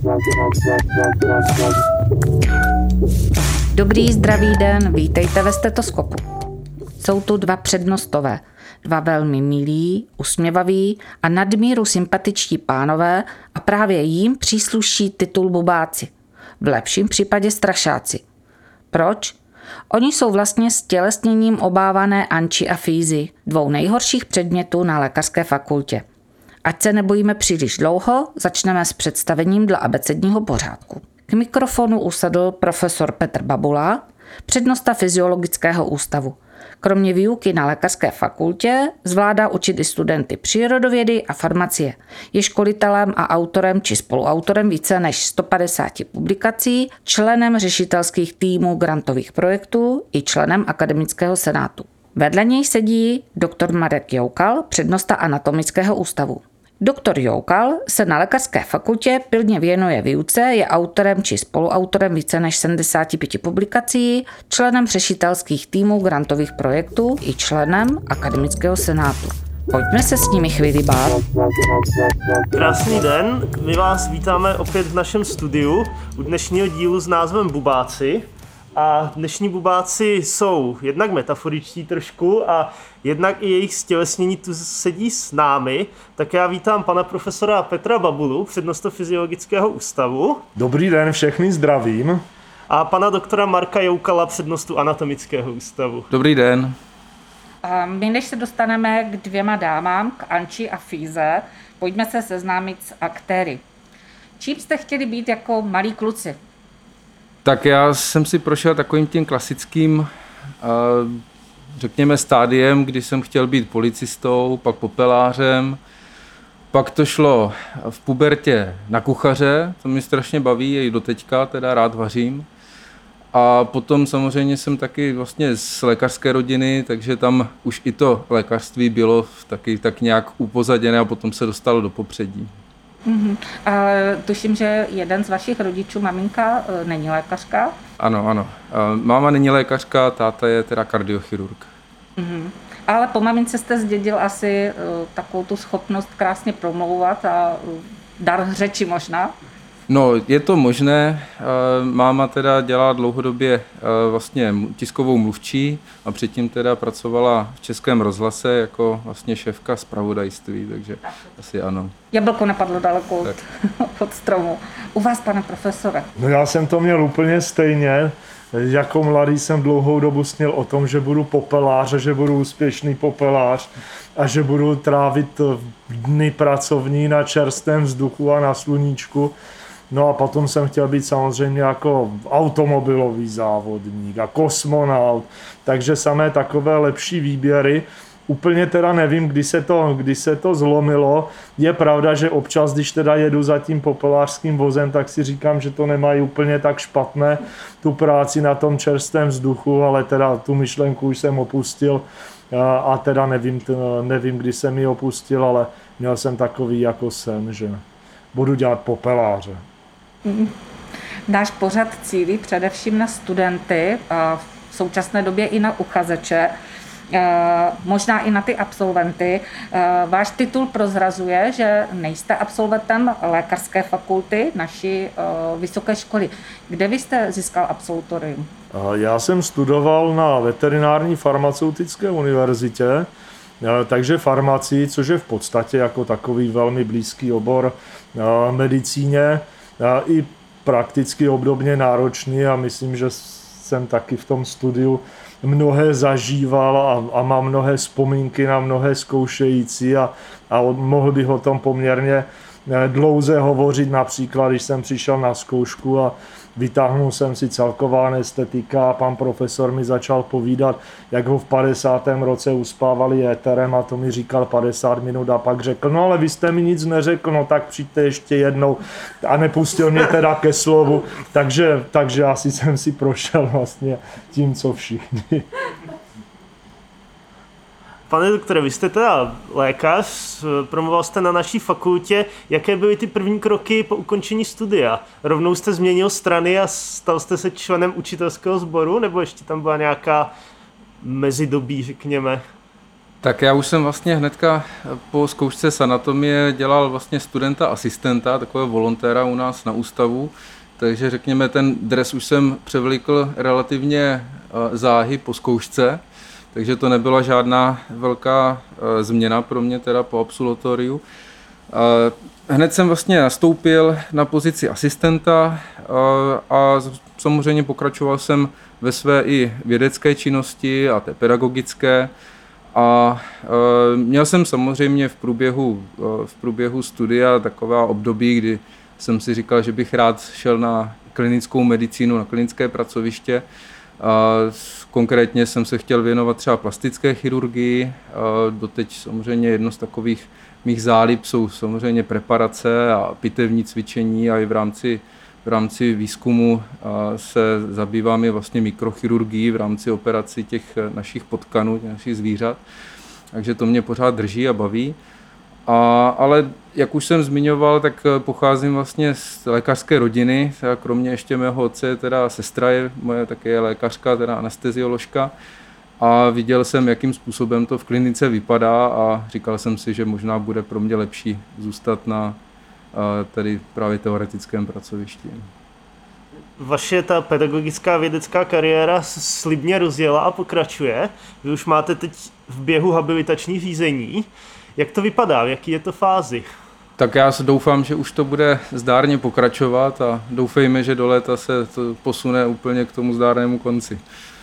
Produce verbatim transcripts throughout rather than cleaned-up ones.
Dobrý zdravý den, vítejte ve stetoskopu. Jsou tu dva přednostové, dva velmi milí, usměvaví a nadmíru sympatičtí pánové a právě jim přísluší titul bubáci. V lepším případě strašáci. Proč? Oni jsou vlastně stělesněním obávané Anči a Fízy, dvou nejhorších předmětů na lékařské fakultě. Ať se nebojíme příliš dlouho, začneme s představením dle abecedního pořádku. K mikrofonu usedl profesor Petr Babula, přednosta Fyziologického ústavu. Kromě výuky na lékařské fakultě zvládá učit i studenty přírodovědy a farmacie. Je školitelem a autorem či spoluautorem více než sto padesáti publikací, členem řešitelských týmů grantových projektů i členem akademického senátu. Vedle něj sedí doktor Marek Joukal, přednosta Anatomického ústavu. Doktor Joukal se na lékařské fakultě pilně věnuje výuce, je autorem či spoluautorem více než sedmdesáti pěti publikací, členem řešitelských týmů grantových projektů i členem akademického senátu. Pojďme se s nimi chvíli bát. Krásný den, my vás vítáme opět v našem studiu u dnešního dílu s názvem Bubáci. A dnešní bubáci jsou jednak metaforičtí trošku a jednak i jejich stělesnění tu sedí s námi. Tak já vítám pana profesora Petra Babulu, přednostu Fyziologického ústavu. Dobrý den, všechny zdravím. A pana doktora Marka Joukala, přednostu Anatomického ústavu. Dobrý den. A my než se dostaneme k dvěma dámám, k Anči a Fíze, pojďme se seznámit s aktéry. Čím jste chtěli být jako malí kluci? Tak já jsem si prošel takovým tím klasickým, řekněme, stádiem, kdy jsem chtěl být policistou, pak popelářem, pak to šlo v pubertě na kuchaře, to mě strašně baví, i doteďka, teda rád vařím. A potom samozřejmě jsem taky vlastně z lékařské rodiny, takže tam už i to lékařství bylo taky tak nějak upozaděné a potom se dostalo do popředí. Mm-hmm. A tuším, že jeden z vašich rodičů, maminka, není lékařka? Ano, ano. Máma není lékařka, táta je teda kardiochirurg. Mm-hmm. Ale po mamince jste zdědil asi uh, takovou tu schopnost krásně promlouvat a uh, dar řeči možná? No, je to možné. Máma teda dělá dlouhodobě vlastně tiskovou mluvčí a předtím teda pracovala v Českém rozhlase jako vlastně šéfka zpravodajství, takže asi ano. Jablko nepadlo daleko od, od stromu. U vás, pane profesore? No já jsem to měl úplně stejně. Jako mladý jsem dlouhou dobu snil o tom, že budu popelář a že budu úspěšný popelář a že budu trávit dny pracovní na čerstvém vzduchu a na sluníčku. No a potom jsem chtěl být samozřejmě jako automobilový závodník a kosmonaut, takže samé takové lepší výběry. Úplně teda nevím, kdy se to, kdy se to zlomilo. Je pravda, že občas, když teda jedu za tím popelářským vozem, tak si říkám, že to nemají úplně tak špatné, tu práci na tom čerstvém vzduchu, ale teda tu myšlenku už jsem opustil a teda nevím, nevím, kdy jsem ji opustil, ale měl jsem takový jako sen, že budu dělat popeláře. Náš pořad cílí především na studenty, v současné době i na uchazeče, možná i na ty absolventy. Váš titul prozrazuje, že nejste absolventem lékařské fakulty naší vysoké školy. Kde vy jste získal absolutorium? Já jsem studoval na veterinární farmaceutické univerzitě, takže farmacii, což je v podstatě jako takový velmi blízký obor medicíně, i prakticky obdobně náročný a myslím, že jsem taky v tom studiu mnohé zažíval a, a mám mnohé vzpomínky na mnohé zkoušející a, a mohl bych o tom poměrně dlouze hovořit, například když jsem přišel na zkoušku a vytáhnul jsem si celková anestetika a pan profesor mi začal povídat, jak ho v padesátém roce uspávali éterem a to mi říkal padesát minut a pak řekl, no ale vy jste mi nic neřekl, no tak přijďte ještě jednou a nepustil mě teda ke slovu, takže, takže asi jsem si prošel vlastně tím, co všichni. Pane doktore, vy jste teda lékař, promoval jste na naší fakultě. Jaké byly ty první kroky po ukončení studia? Rovnou jste změnil strany a stal jste se členem učitelského sboru, nebo ještě tam byla nějaká mezidobí, řekněme? Tak já už jsem vlastně hnedka po zkoušce z anatomie dělal vlastně studenta asistenta, takového volontéra u nás na ústavu, takže řekněme ten dres už jsem převlíkl relativně záhy po zkoušce, takže to nebyla žádná velká změna pro mě teda po absolutoriu. Hned jsem vlastně nastoupil na pozici asistenta a samozřejmě pokračoval jsem ve své i vědecké činnosti a té pedagogické. A e, měl jsem samozřejmě v průběhu, e, v průběhu studia taková období, kdy jsem si říkal, že bych rád šel na klinickou medicínu, na klinické pracoviště. A konkrétně jsem se chtěl věnovat třeba plastické chirurgii. A doteď samozřejmě jedno z takových mých zálib jsou samozřejmě preparace a pitevní cvičení a i v rámci V rámci výzkumu se zabýváme vlastně mikrochirurgií v rámci operací těch našich potkanů, těch našich zvířat. Takže to mě pořád drží a baví. A, ale jak už jsem zmiňoval, tak pocházím vlastně z lékařské rodiny. Kromě ještě mého otce, teda sestra je moje také lékařka, teda anestezioložka. A viděl jsem, jakým způsobem to v klinice vypadá a říkal jsem si, že možná bude pro mě lepší zůstat na tady právě teoretickém pracovišti. Vaše ta pedagogická vědecká kariéra slibně rozjela a pokračuje. Vy už máte teď v běhu habilitační řízení. Jak to vypadá? V jaký je to fázi? Tak já doufám, že už to bude zdárně pokračovat a doufejme, že do léta se to posune úplně k tomu zdárnému konci.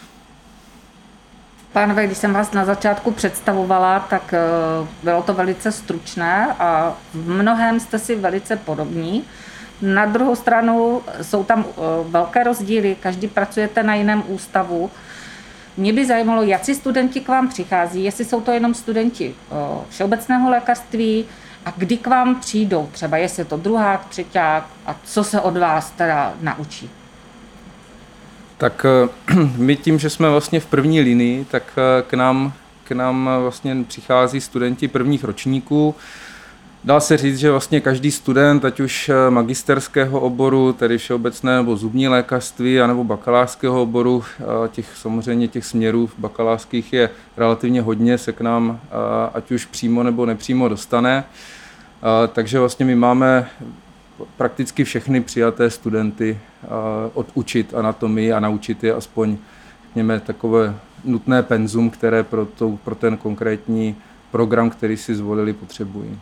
Pánové, když jsem vás na začátku představovala, tak bylo to velice stručné a v mnohém jste si velice podobní. Na druhou stranu jsou tam velké rozdíly, každý pracujete na jiném ústavu. Mě by zajímalo, jaký studenti k vám přichází, jestli jsou to jenom studenti všeobecného lékařství a kdy k vám přijdou, třeba jestli je to druhák, třeťák a co se od vás teda naučí. Tak my tím, že jsme vlastně v první linii, tak k nám, k nám vlastně přichází studenti prvních ročníků. Dá se říct, že vlastně každý student, ať už magisterského oboru, tedy všeobecné nebo zubní lékařství, anebo bakalářského oboru, těch samozřejmě těch směrů bakalářských je relativně hodně, se k nám ať už přímo nebo nepřímo dostane. Takže vlastně my máme prakticky všechny přijaté studenty odučit anatomii a naučit je aspoň, řekněme, takové nutné penzum, které pro, to, pro ten konkrétní program, který si zvolili, potřebují.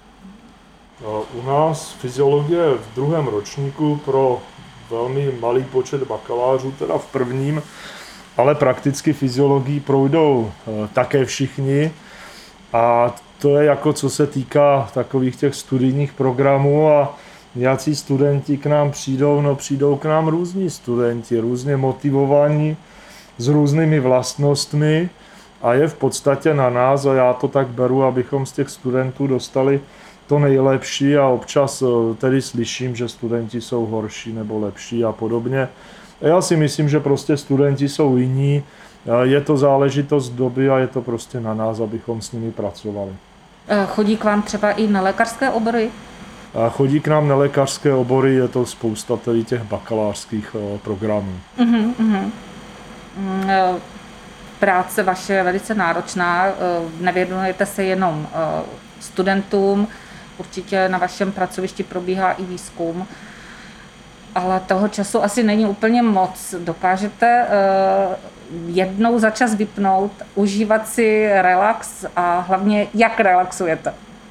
U nás fyziologie v druhém ročníku pro velmi malý počet bakalářů, teda v prvním, ale prakticky fyziologii projdou také všichni. A to je jako co se týká takových těch studijních programů a nějací studenti k nám přijdou, no přijdou k nám různí studenti, různě motivovaní, s různými vlastnostmi a je v podstatě na nás, a já to tak beru, abychom z těch studentů dostali to nejlepší a občas tedy slyším, že studenti jsou horší nebo lepší a podobně. Já si myslím, že prostě studenti jsou jiní, je to záležitost doby a je to prostě na nás, abychom s nimi pracovali. Chodí k vám třeba i na lékařské obory? Chodí k nám na lékařské obory, je to spousta tady těch bakalářských programů. Uh-huh, uh-huh. Práce vaše je velice náročná, nevěnujete se jenom studentům, určitě na vašem pracovišti probíhá i výzkum, ale toho času asi není úplně moc. Dokážete jednou za čas vypnout, užívat si relax a hlavně jak relaxujete?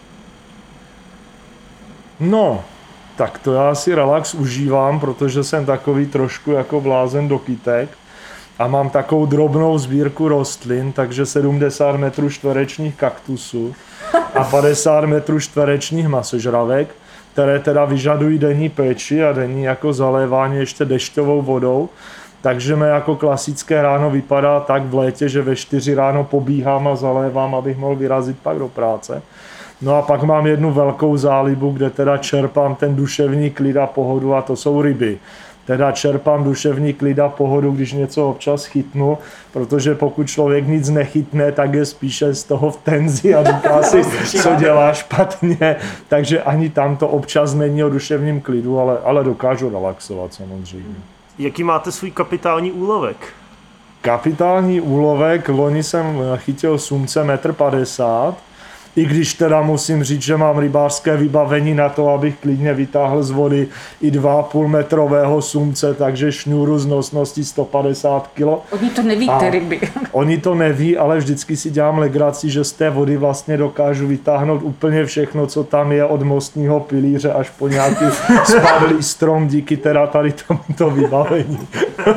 No, tak to já si relax užívám, protože jsem takový trošku jako blázen do kytek a mám takovou drobnou sbírku rostlin, takže sedmdesát metrů čtverečních kaktusů a padesát metrů čtverečních masožravek, které teda vyžadují denní péči a denní jako zalévání ještě dešťovou vodou. Takže mé jako klasické ráno vypadá tak v létě, že ve čtyři ráno pobíhám a zalévám, abych mohl vyrazit pak do práce. No a pak mám jednu velkou zálibu, kde teda čerpám ten duševní klid a pohodu a to jsou ryby. Teda čerpám duševní klid a pohodu, když něco občas chytnu, protože pokud člověk nic nechytne, tak je spíše z toho v tenzi a říká si, co dělá špatně. Takže ani tam to občas není o duševním klidu, ale, ale dokážu relaxovat samozřejmě. Jaký máte svůj kapitální úlovek? Kapitální úlovek, loni jsem chytil sumce metr padesát, i když teda musím říct, že mám rybářské vybavení na to, abych klidně vytáhl z vody i dva a půl metrového sumce, takže šňůru s nosností sto padesát kilo. Oni to neví, ty ryby. Oni to neví, ale vždycky si dělám legraci, že z té vody vlastně dokážu vytáhnout úplně všechno, co tam je, od mostního pilíře až po nějaký spadlý strom, díky teda tady tomuto vybavení.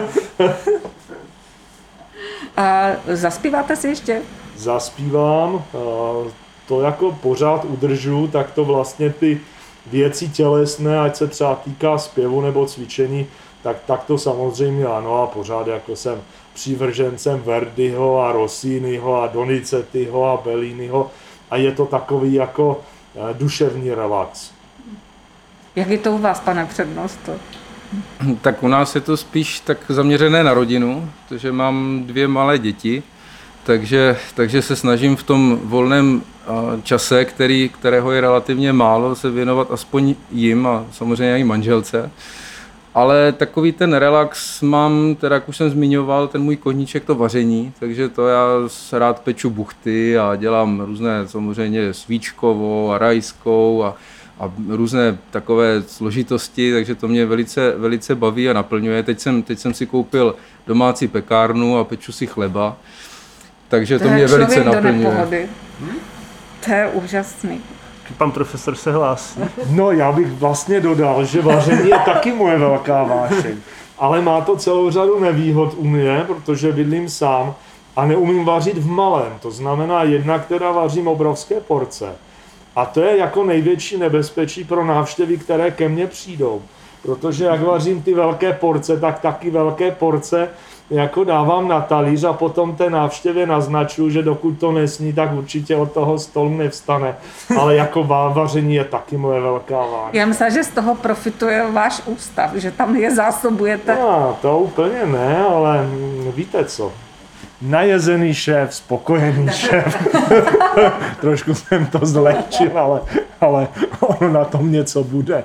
A zaspíváte si ještě? Zaspívám, to jako pořád udržu, tak to vlastně ty věci tělesné, ať se třeba týká zpěvu nebo cvičení, tak, tak to samozřejmě ano, a pořád jako jsem přívržencem Verdiho a Rossiniho a Donizettiho a Belliniho a je to takový jako duševní relax. Jak je to u vás, pane přednosto? Tak u nás je to spíš tak zaměřené na rodinu, protože mám dvě malé děti, takže, takže se snažím v tom volném čase, který, kterého je relativně málo, se věnovat aspoň jim a samozřejmě i manželce. Ale takový ten relax mám, teda jak už jsem zmiňoval, ten můj koníček, to vaření, takže to já rád peču buchty a dělám různé samozřejmě svíčkovou a rajskou a a různé takové složitosti, takže to mě velice, velice baví a naplňuje. Teď jsem, teď jsem si koupil domácí pekárnu a peču si chleba, takže to, to mě velice naplňuje. To je úžasný. Pan profesor se hlásí. No, já bych vlastně dodal, že vaření je taky moje velká vášeň, ale má to celou řadu nevýhod u mě, protože bydlím sám a neumím vařit v malém. To znamená jednak teda vařím obrovské porce. A to je jako největší nebezpečí pro návštěvy, které ke mně přijdou. Protože jak vařím ty velké porce, tak taky velké porce jako dávám na talíř a potom té návštěvě naznačuju, že dokud to nesní, tak určitě od toho stolu nevstane. Ale jako vaření je taky moje velká vášeň. Já myslím, že z toho profituje váš ústav, že tam je zásobujete. No, to úplně ne, ale víte co? Najezený šéf, spokojený šéf. Trošku jsem to zlehčil, ale, ale ono na tom něco bude.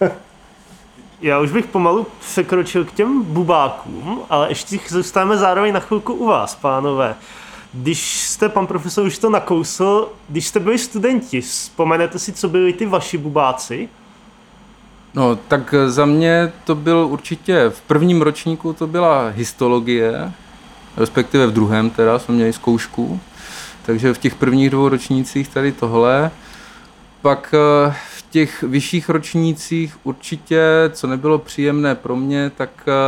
Já už bych pomalu překročil k těm bubákům, ale ještě zůstáváme zároveň na chvilku u vás, pánové. Když jste, pan profesor už to nakousl, když jste byli studenti, vzpomenete si, co byli ty vaši bubáci? No, tak za mě to byl určitě, v prvním ročníku to byla histologie, respektive v druhém teda jsme měli zkoušku, takže v těch prvních dvou ročnících tady tohle. Pak v těch vyšších ročnících určitě, co nebylo příjemné pro mě, tak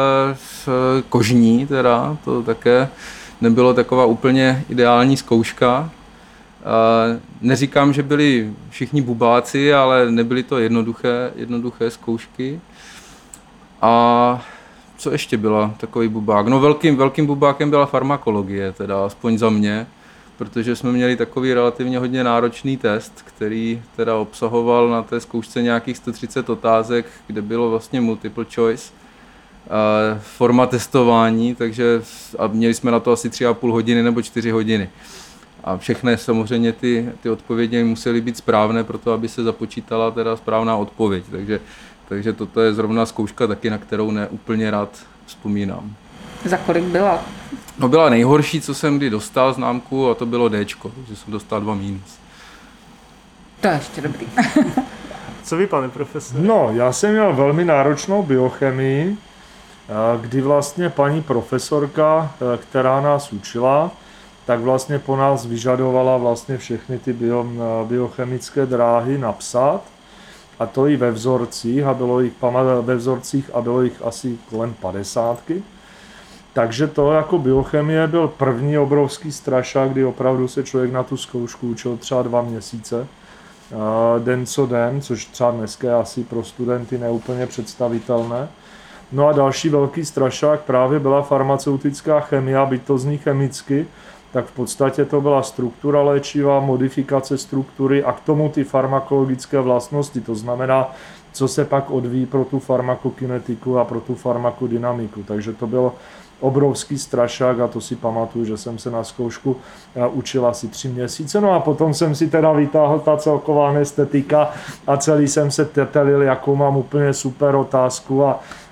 kožní teda, to také nebylo taková úplně ideální zkouška. Neříkám, že byli všichni bubáci, ale nebyly to jednoduché, jednoduché zkoušky. A co ještě byla takový bubák? No velkým, velkým bubákem byla farmakologie, teda aspoň za mě, protože jsme měli takový relativně hodně náročný test, který teda obsahoval na té zkoušce nějakých sto třicet otázek, kde bylo vlastně multiple choice forma testování, takže a měli jsme na to asi tři a půl hodiny nebo čtyři hodiny. A všechny samozřejmě ty, ty odpovědi musely být správné pro to, aby se započítala teda správná odpověď. Takže, takže toto je zrovna zkouška taky, na kterou ne úplně rád vzpomínám. Za kolik byla? No byla nejhorší, co jsem kdy dostal známku, a to bylo Dčko, takže jsem dostal dva mínus. To je ještě dobrý. Co vy, pane profesore? No, já jsem měl velmi náročnou biochemii, kdy vlastně paní profesorka, která nás učila, tak vlastně po nás vyžadovala vlastně všechny ty bio, biochemické dráhy napsat, a to i ve vzorcích, a bylo jich, ve vzorcích a bylo jich asi kolem padesátky. Takže to jako biochemie byl první obrovský strašák, kdy opravdu se člověk na tu zkoušku učil třeba dva měsíce, den co den, což třeba dneska je asi pro studenty neúplně představitelné. No a další velký strašák právě byla farmaceutická chemie, byť to zní chemicky, tak v podstatě to byla struktura léčiva, modifikace struktury a k tomu ty farmakologické vlastnosti, to znamená, co se pak odvíjí pro tu farmakokinetiku a pro tu farmakodynamiku. Takže to byl obrovský strašák a to si pamatuju, že jsem se na zkoušku učil asi tři měsíce. No a potom jsem si teda vytáhl ta celková anestetika a celý jsem se tetelil, jakou mám úplně super otázku a,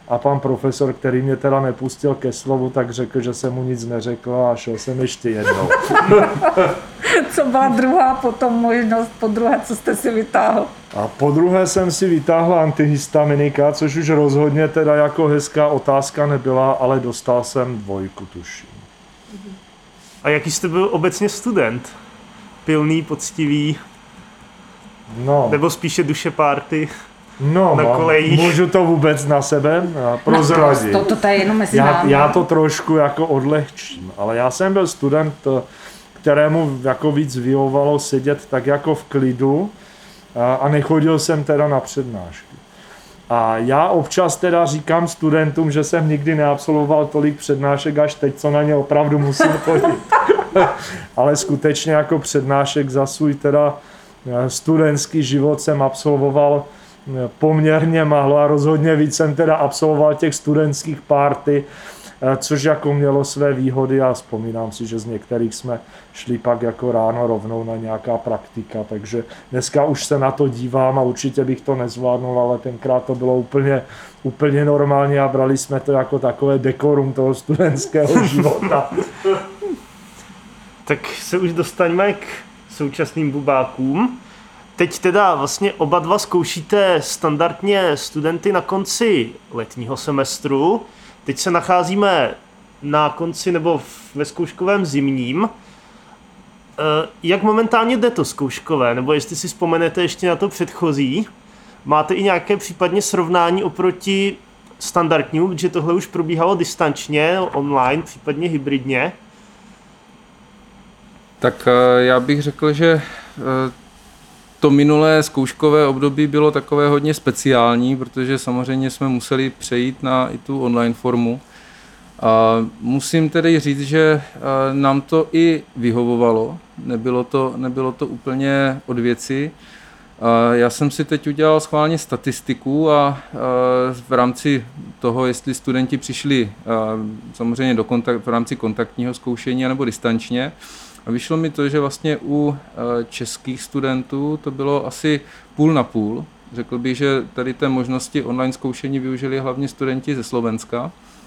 a pan profesor, který mě teda nepustil ke slovu, tak řekl, že jsem mu nic neřekl a šel jsem ještě jednou. Co byla druhá potom možnost, po druhé, co jste si vytáhl? A po druhé jsem si vytáhl antihistaminika, což už rozhodně teda jako hezká otázka nebyla, ale dostal jsem dvojku, tuším. A jaký jste byl obecně student? Pilný, poctivý, No, nebo spíše duše párty? no na kolejích? můžu to vůbec na sebe prozradit. To, to, to je jenom mezi Já, námi. já to trošku jako odlehčím, ale já jsem byl student, kterému jako víc vyhovovalo sedět tak jako v klidu a, a nechodil jsem teda na přednášky. A já občas teda říkám studentům, že jsem nikdy neabsolvoval tolik přednášek, až teď, co na ně opravdu musím chodit. Ale skutečně jako přednášek za svůj teda studentský život jsem absolvoval poměrně málo a rozhodně víc jsem teda absolvoval těch studentských party, což jako mělo své výhody a vzpomínám si, že z některých jsme šli pak jako ráno rovnou na nějaká praktika, takže dneska už se na to dívám a určitě bych to nezvládnul, ale tenkrát to bylo úplně, úplně normálně a brali jsme to jako takové dekorum toho studentského života. Tak se už dostaňme k současným bubákům. Teď teda vlastně oba dva zkoušíte standardně studenty na konci letního semestru. Teď se nacházíme na konci nebo ve zkouškovém zimním. Jak momentálně jde to zkouškové? Nebo jestli si vzpomenete ještě na to předchozí? Máte i nějaké případně srovnání oproti standardnímu, protože tohle už probíhalo distančně, online, případně hybridně? Tak já bych řekl, že to minulé zkouškové období bylo takové hodně speciální, protože samozřejmě jsme museli přejít na i tu online formu. A musím tedy říct, že nám to i vyhovovalo, nebylo to, nebylo to úplně od věci. A já jsem si teď udělal schválně statistiku a v rámci toho, jestli studenti přišli samozřejmě do kontakt, v rámci kontaktního zkoušení nebo distančně, a vyšlo mi to, že vlastně u českých studentů to bylo asi půl na půl. Řekl bych, že tady té možnosti online zkoušení využili hlavně studenti ze Slovenska.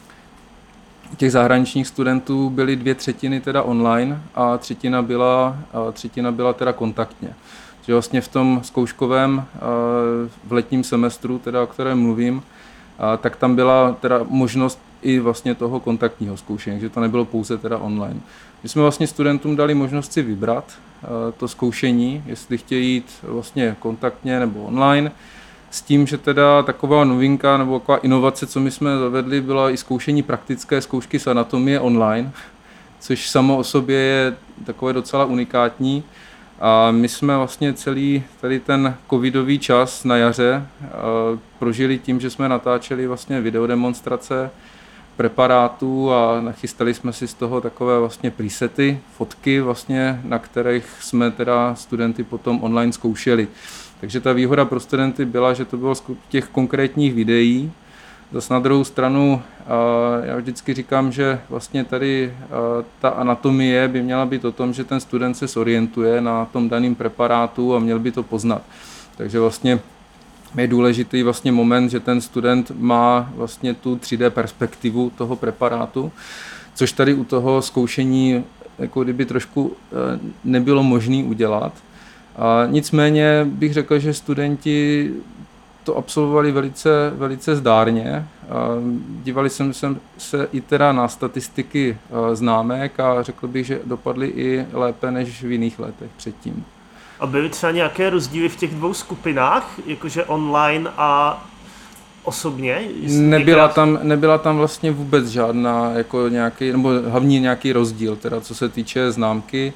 Těch zahraničních studentů byly dvě třetiny teda online a třetina byla, a třetina byla teda kontaktně. Že vlastně v tom zkouškovém v letním semestru, teda o kterém mluvím, tak tam byla teda možnost i vlastně toho kontaktního zkoušení, že to nebylo pouze teda online. My jsme vlastně studentům dali možnost si vybrat to zkoušení, jestli chtějí jít vlastně kontaktně nebo online, s tím, že teda taková novinka nebo taková inovace, co my jsme zavedli, byla i zkoušení praktické zkoušky z anatomie online, což samo o sobě je takové docela unikátní. A my jsme vlastně celý tady ten covidový čas na jaře prožili tím, že jsme natáčeli vlastně videodemonstrace preparátů a nachystali jsme si z toho takové vlastně presety, fotky vlastně, na kterých jsme teda studenty potom online zkoušeli. Takže ta výhoda pro studenty byla, že to bylo z těch konkrétních videí. Zas na druhou stranu já vždycky říkám, že vlastně tady ta anatomie by měla být o tom, že ten student se zorientuje na tom daném preparátu a měl by to poznat. Takže vlastně je důležitý vlastně moment, že ten student má vlastně tu tři dé perspektivu toho preparátu, což tady u toho zkoušení jako kdyby trošku nebylo možné udělat. A nicméně bych řekl, že studenti to absolvovali velice, velice zdárně. Dívali jsem se i teda na statistiky známek a řekl bych, že dopadly i lépe než v jiných letech předtím. A byly třeba nějaké rozdíly v těch dvou skupinách, jakože online a osobně? Nebyla tam, nebyla tam vlastně vůbec žádná, jako nějaký, nebo hlavní nějaký rozdíl, teda co se týče známky.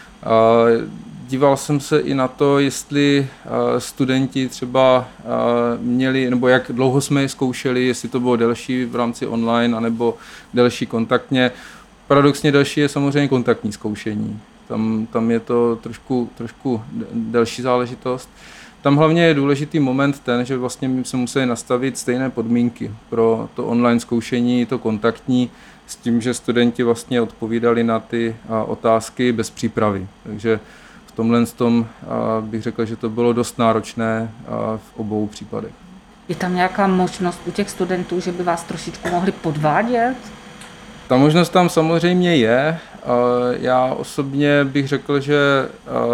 Díval jsem se i na to, jestli studenti třeba měli, nebo jak dlouho jsme je zkoušeli, jestli to bylo delší v rámci online, anebo delší kontaktně. Paradoxně delší je samozřejmě kontaktní zkoušení. Tam, tam je to trošku, trošku delší záležitost. Tam hlavně je důležitý moment ten, že vlastně my se museli nastavit stejné podmínky pro to online zkoušení, to kontaktní, s tím, že studenti vlastně odpovídali na ty otázky bez přípravy. Takže v tomhle tom bych řekl, že to bylo dost náročné v obou případech. Je tam nějaká možnost u těch studentů, že by vás trošičku mohli podvádět? Ta možnost tam samozřejmě je. Já osobně bych řekl, že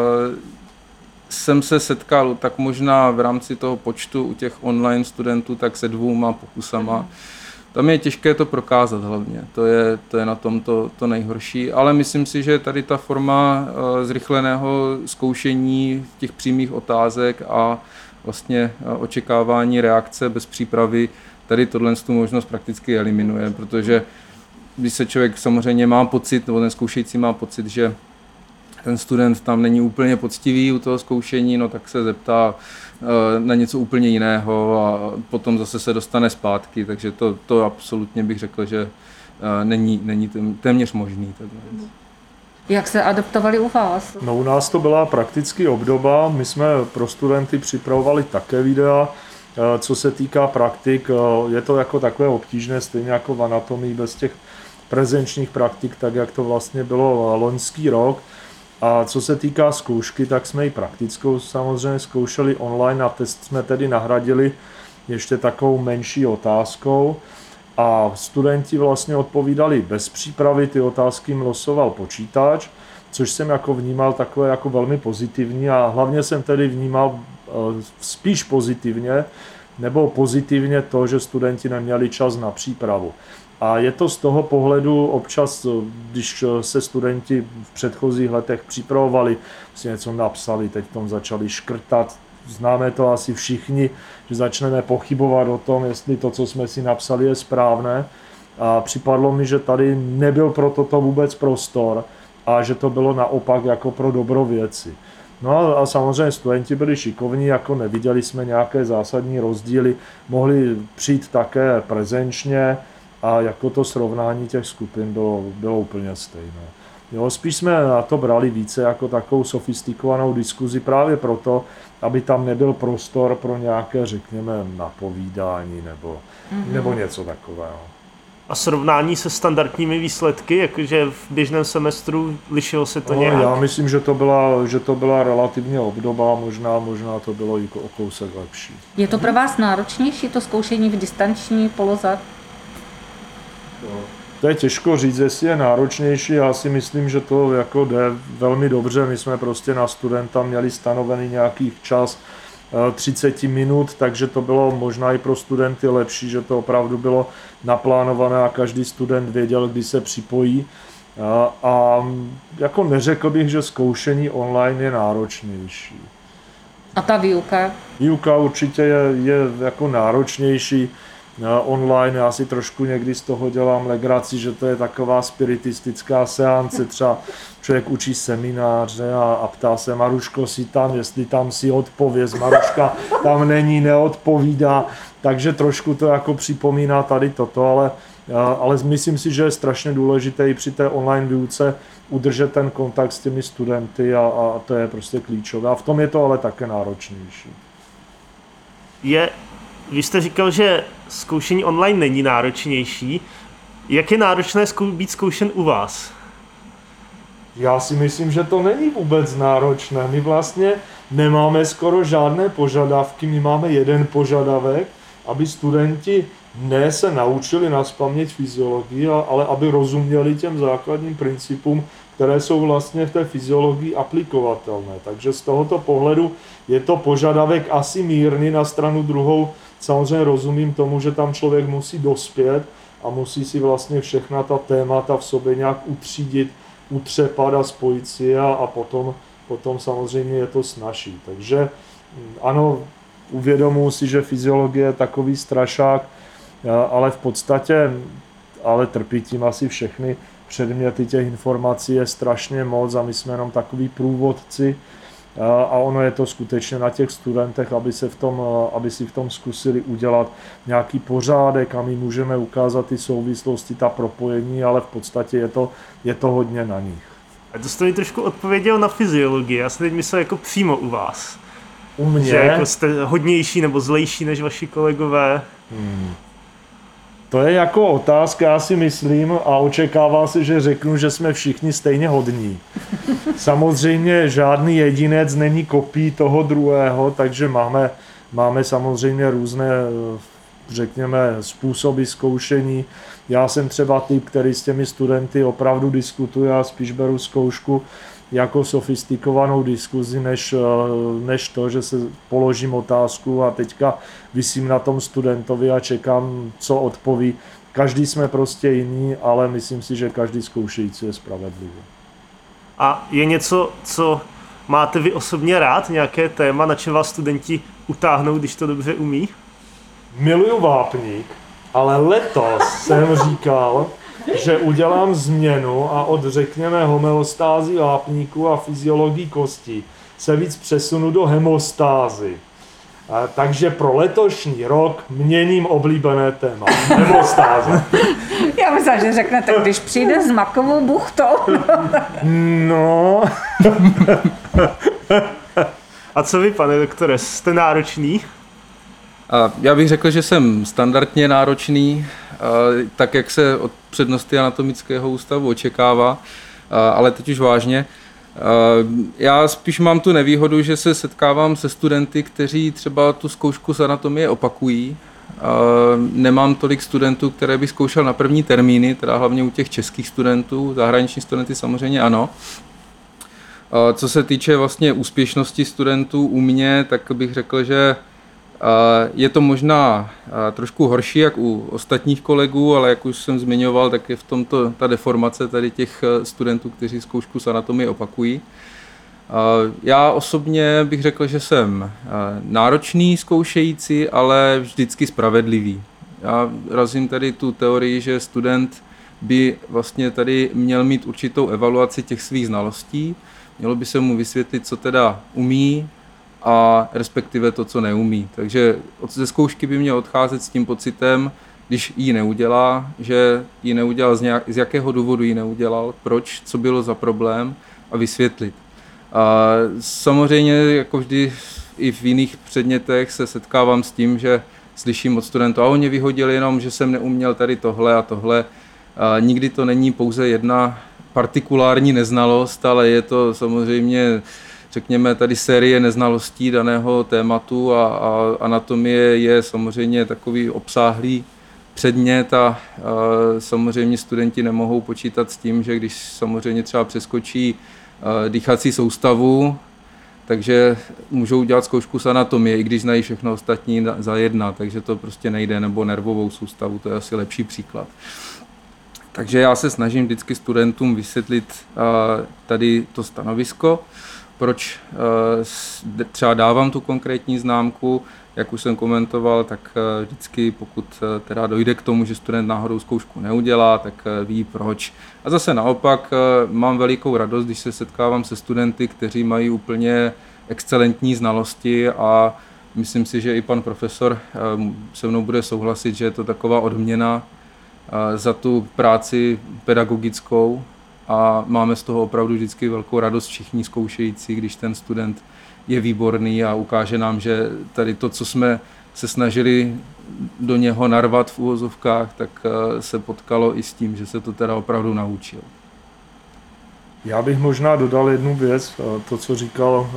jsem se setkal tak možná v rámci toho počtu u těch online studentů tak se dvouma pokusama. Tam je těžké to prokázat hlavně, to je, to je na tom to, to nejhorší, ale myslím si, že tady ta forma zrychleného zkoušení těch přímých otázek a vlastně očekávání reakce bez přípravy tady tohle tu možnost prakticky eliminuje, protože když se člověk samozřejmě má pocit, nebo ten zkoušející má pocit, že ten student tam není úplně poctivý u toho zkoušení, no tak se zeptá na něco úplně jiného a potom zase se dostane zpátky, takže to, to absolutně bych řekl, že není, není téměř možný. Takhle. Jak se adaptovali u vás? No u nás to byla prakticky obdoba, my jsme pro studenty připravovali také videa, co se týká praktik, je to jako takové obtížné, stejně jako v anatomii bez těch prezenčních praktik, tak jak to vlastně bylo loňský rok. A co se týká zkoušky, tak jsme i praktickou samozřejmě zkoušeli online a test jsme tedy nahradili ještě takovou menší otázkou. A studenti vlastně odpovídali bez přípravy, ty otázky jim losoval počítač, což jsem jako vnímal takové jako velmi pozitivní a hlavně jsem tedy vnímal spíš pozitivně, nebo pozitivně to, že studenti neměli čas na přípravu. A je to z toho pohledu občas, když se studenti v předchozích letech připravovali, si něco napsali, teď tom začali škrtat, známe to asi všichni, že začneme pochybovat o tom, jestli to, co jsme si napsali, je správné. A připadlo mi, že tady nebyl pro toto vůbec prostor a že to bylo naopak jako pro dobro věci. No a samozřejmě studenti byli šikovní, jako neviděli jsme nějaké zásadní rozdíly, mohli přijít také prezenčně a jako to srovnání těch skupin bylo, bylo úplně stejné. Jo, spíš jsme na to brali více jako takovou sofistikovanou diskuzi právě proto, aby tam nebyl prostor pro nějaké, řekněme, napovídání nebo, mm-hmm. nebo něco takového. A srovnání se standardními výsledky, jakože v běžném semestru lišilo se to no, nějak? Já myslím, že to byla, že to byla relativně obdoba, možná, možná to bylo i o kousek lepší. Je to pro vás náročnější to zkoušení v distanční poloze? To je těžko říct, jestli je náročnější, já si myslím, že to jako jde velmi dobře, my jsme prostě na studenta měli stanovený nějaký čas třicet minut, takže to bylo možná i pro studenty lepší, že to opravdu bylo naplánované a každý student věděl, kdy se připojí. A, a jako neřekl bych, že zkoušení online je náročnější. A ta výuka? Výuka určitě je, je jako náročnější. Online, já si trošku někdy z toho dělám legraci, že to je taková spiritistická seance, třeba člověk učí semináře a, a ptá se, Maruško, si tam, jestli tam si odpověz, Maruška tam není, neodpovídá, takže trošku to jako připomíná tady toto, ale, ale myslím si, že je strašně důležité i při té online výuce udržet ten kontakt s těmi studenty a, a to je prostě klíčové a v tom je to ale také náročnější. Je Vy jste říkal, že zkoušení online není náročnější. Jak je náročné zkou- být zkoušen u vás? Já si myslím, že to není vůbec náročné. My vlastně nemáme skoro žádné požadavky, my máme jeden požadavek, aby studenti ne se naučili nazpaměť fyziologii, ale aby rozuměli těm základním principům, které jsou vlastně v té fyziologii aplikovatelné. Takže z tohoto pohledu je to požadavek asi mírný, na stranu druhou samozřejmě rozumím tomu, že tam člověk musí dospět a musí si vlastně všechna ta témata v sobě nějak utřídit, utřepat a spojit si a, a potom, potom samozřejmě je to snazší. Takže ano, uvědomuji si, že fyziologie je takový strašák, ale v podstatě, ale trpí tím asi všechny předměty, těch informací je strašně moc a my jsme jenom takový průvodci a ono je to skutečně na těch studentech, aby, se v tom, aby si v tom zkusili udělat nějaký pořádek a my můžeme ukázat ty souvislosti, ta propojení, ale v podstatě je to, je to hodně na nich. A to jste mi trošku odpověděl na fyziologii, já jsem teď myslel jako přímo u vás. U mě? Že jako jste hodnější nebo zlejší než vaši kolegové. Hmm. To je jako otázka, já si myslím, a očekává se, že řeknu, že jsme všichni stejně hodní. Samozřejmě žádný jedinec není kopií toho druhého, takže máme, Máme samozřejmě různé, řekněme, způsoby zkoušení. Já jsem třeba typ, který s těmi studenty opravdu diskutuje a spíš beru zkoušku jako sofistikovanou diskuzi, než, než to, že se položím otázku a teďka visím na tom studentovi a čekám, co odpoví. Každý jsme prostě jiný, ale myslím si, že každý zkoušející je spravedlivý. A je něco, co máte vy osobně rád, nějaké téma, na čem vás studenti utáhnou, když to dobře umí? Miluju vápník, ale letos jsem říkal, že udělám změnu a od, řekněme, homeostázy vápníku a fyziologii kostí se víc přesunu do hemostázy. A, takže pro letošní rok měním oblíbené téma. Hemostáze. Já myslím, že řeknete, když přijde s makovou buchtou. No. A co vy, pane doktore, jste náročný? A já bych řekl, že jsem standardně náročný, tak jak se od přednosty anatomického ústavu očekává, ale teď už vážně. Já spíš mám tu nevýhodu, že se setkávám se studenty, kteří třeba tu zkoušku z anatomie opakují. Nemám tolik studentů, které bych zkoušel na první termíny, teda hlavně u těch českých studentů, zahraniční studenty samozřejmě ano. Co se týče vlastně úspěšnosti studentů u mě, tak bych řekl, že je to možná trošku horší jak u ostatních kolegů, ale jak už jsem zmiňoval, tak je v tomto ta deformace tady těch studentů, kteří zkoušku z anatomie opakují. Já osobně bych řekl, že jsem náročný zkoušející, ale vždycky spravedlivý. Já razím tady tu teorii, že student by vlastně tady měl mít určitou evaluaci těch svých znalostí, mělo by se mu vysvětlit, co teda umí, a respektive to, co neumí. Takže ze zkoušky by měl odcházet s tím pocitem, když ji neudělá, že ji neudělal z, nějak, z jakého důvodu ji neudělal, proč, co bylo za problém a vysvětlit. A samozřejmě, jako vždy i v jiných předmětech se setkávám s tím, že slyším od studentů, a oni vyhodili jenom, že jsem neuměl tady tohle a tohle. A nikdy to není pouze jedna partikulární neznalost, ale je to samozřejmě, řekněme, tady série neznalostí daného tématu a, a anatomie je samozřejmě takový obsáhlý předmět a, a samozřejmě studenti nemohou počítat s tím, že když samozřejmě třeba přeskočí a, dýchací soustavu, takže můžou dělat zkoušku z anatomie, i když znají všechno ostatní za jedna, takže to prostě nejde, nebo nervovou soustavu, to je asi lepší příklad. Takže já se snažím vždycky studentům vysvětlit a, tady to stanovisko, proč třeba dávám tu konkrétní známku, jak už jsem komentoval, tak vždycky pokud teda dojde k tomu, že student náhodou zkoušku neudělá, tak ví proč. A zase naopak mám velikou radost, když se setkávám se studenty, kteří mají úplně excelentní znalosti a myslím si, že i pan profesor se mnou bude souhlasit, že je to taková odměna za tu práci pedagogickou. A máme z toho opravdu vždycky velkou radost všichni zkoušející, když ten student je výborný a ukáže nám, že tady to, co jsme se snažili do něho narvat v uvozovkách, tak se potkalo i s tím, že se to teda opravdu naučil. Já bych možná dodal jednu věc, to, co říkal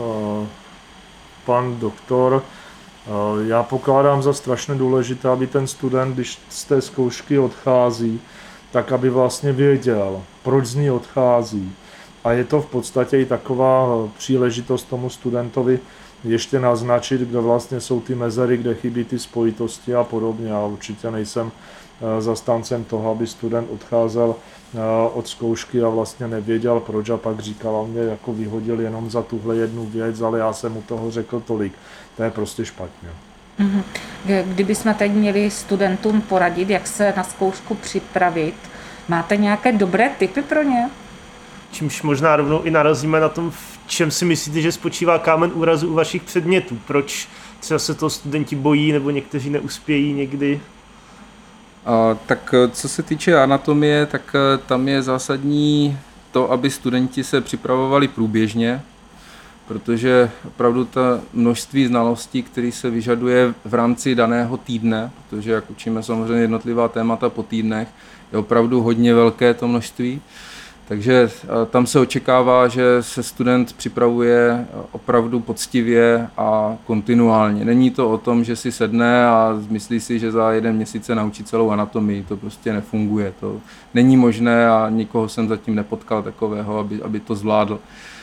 pan doktor. Já pokládám za strašně důležité, aby ten student, když z té zkoušky odchází, tak aby vlastně věděl, proč z ní odchází. A je to v podstatě i taková příležitost tomu studentovi ještě naznačit, kde vlastně jsou ty mezery, kde chybí ty spojitosti a podobně. Já určitě nejsem zastáncem toho, aby student odcházel od zkoušky a vlastně nevěděl proč a pak říkal, a mě jako vyhodil jenom za tuhle jednu věc, ale já jsem mu toho řekl tolik. To je prostě špatně. Kdybychom teď měli studentům poradit, jak se na zkoušku připravit, máte nějaké dobré tipy pro ně? Čímž možná rovnou i narazíme na tom, v čem si myslíte, že spočívá kámen úrazu u vašich předmětů. Proč třeba se to studenti bojí nebo někteří neuspějí někdy? A, tak co se týče anatomie, tak tam je zásadní to, aby studenti se připravovali průběžně, protože opravdu ta množství znalostí, které se vyžaduje v rámci daného týdne, protože jak učíme samozřejmě jednotlivá témata po týdnech, je opravdu hodně velké to množství. Takže tam se očekává, že se student připravuje opravdu poctivě a kontinuálně. Není to o tom, že si sedne a myslí si, že za jeden měsíc se naučí celou anatomii. To prostě nefunguje. To není možné a nikoho jsem zatím nepotkal takového, aby, aby to zvládl.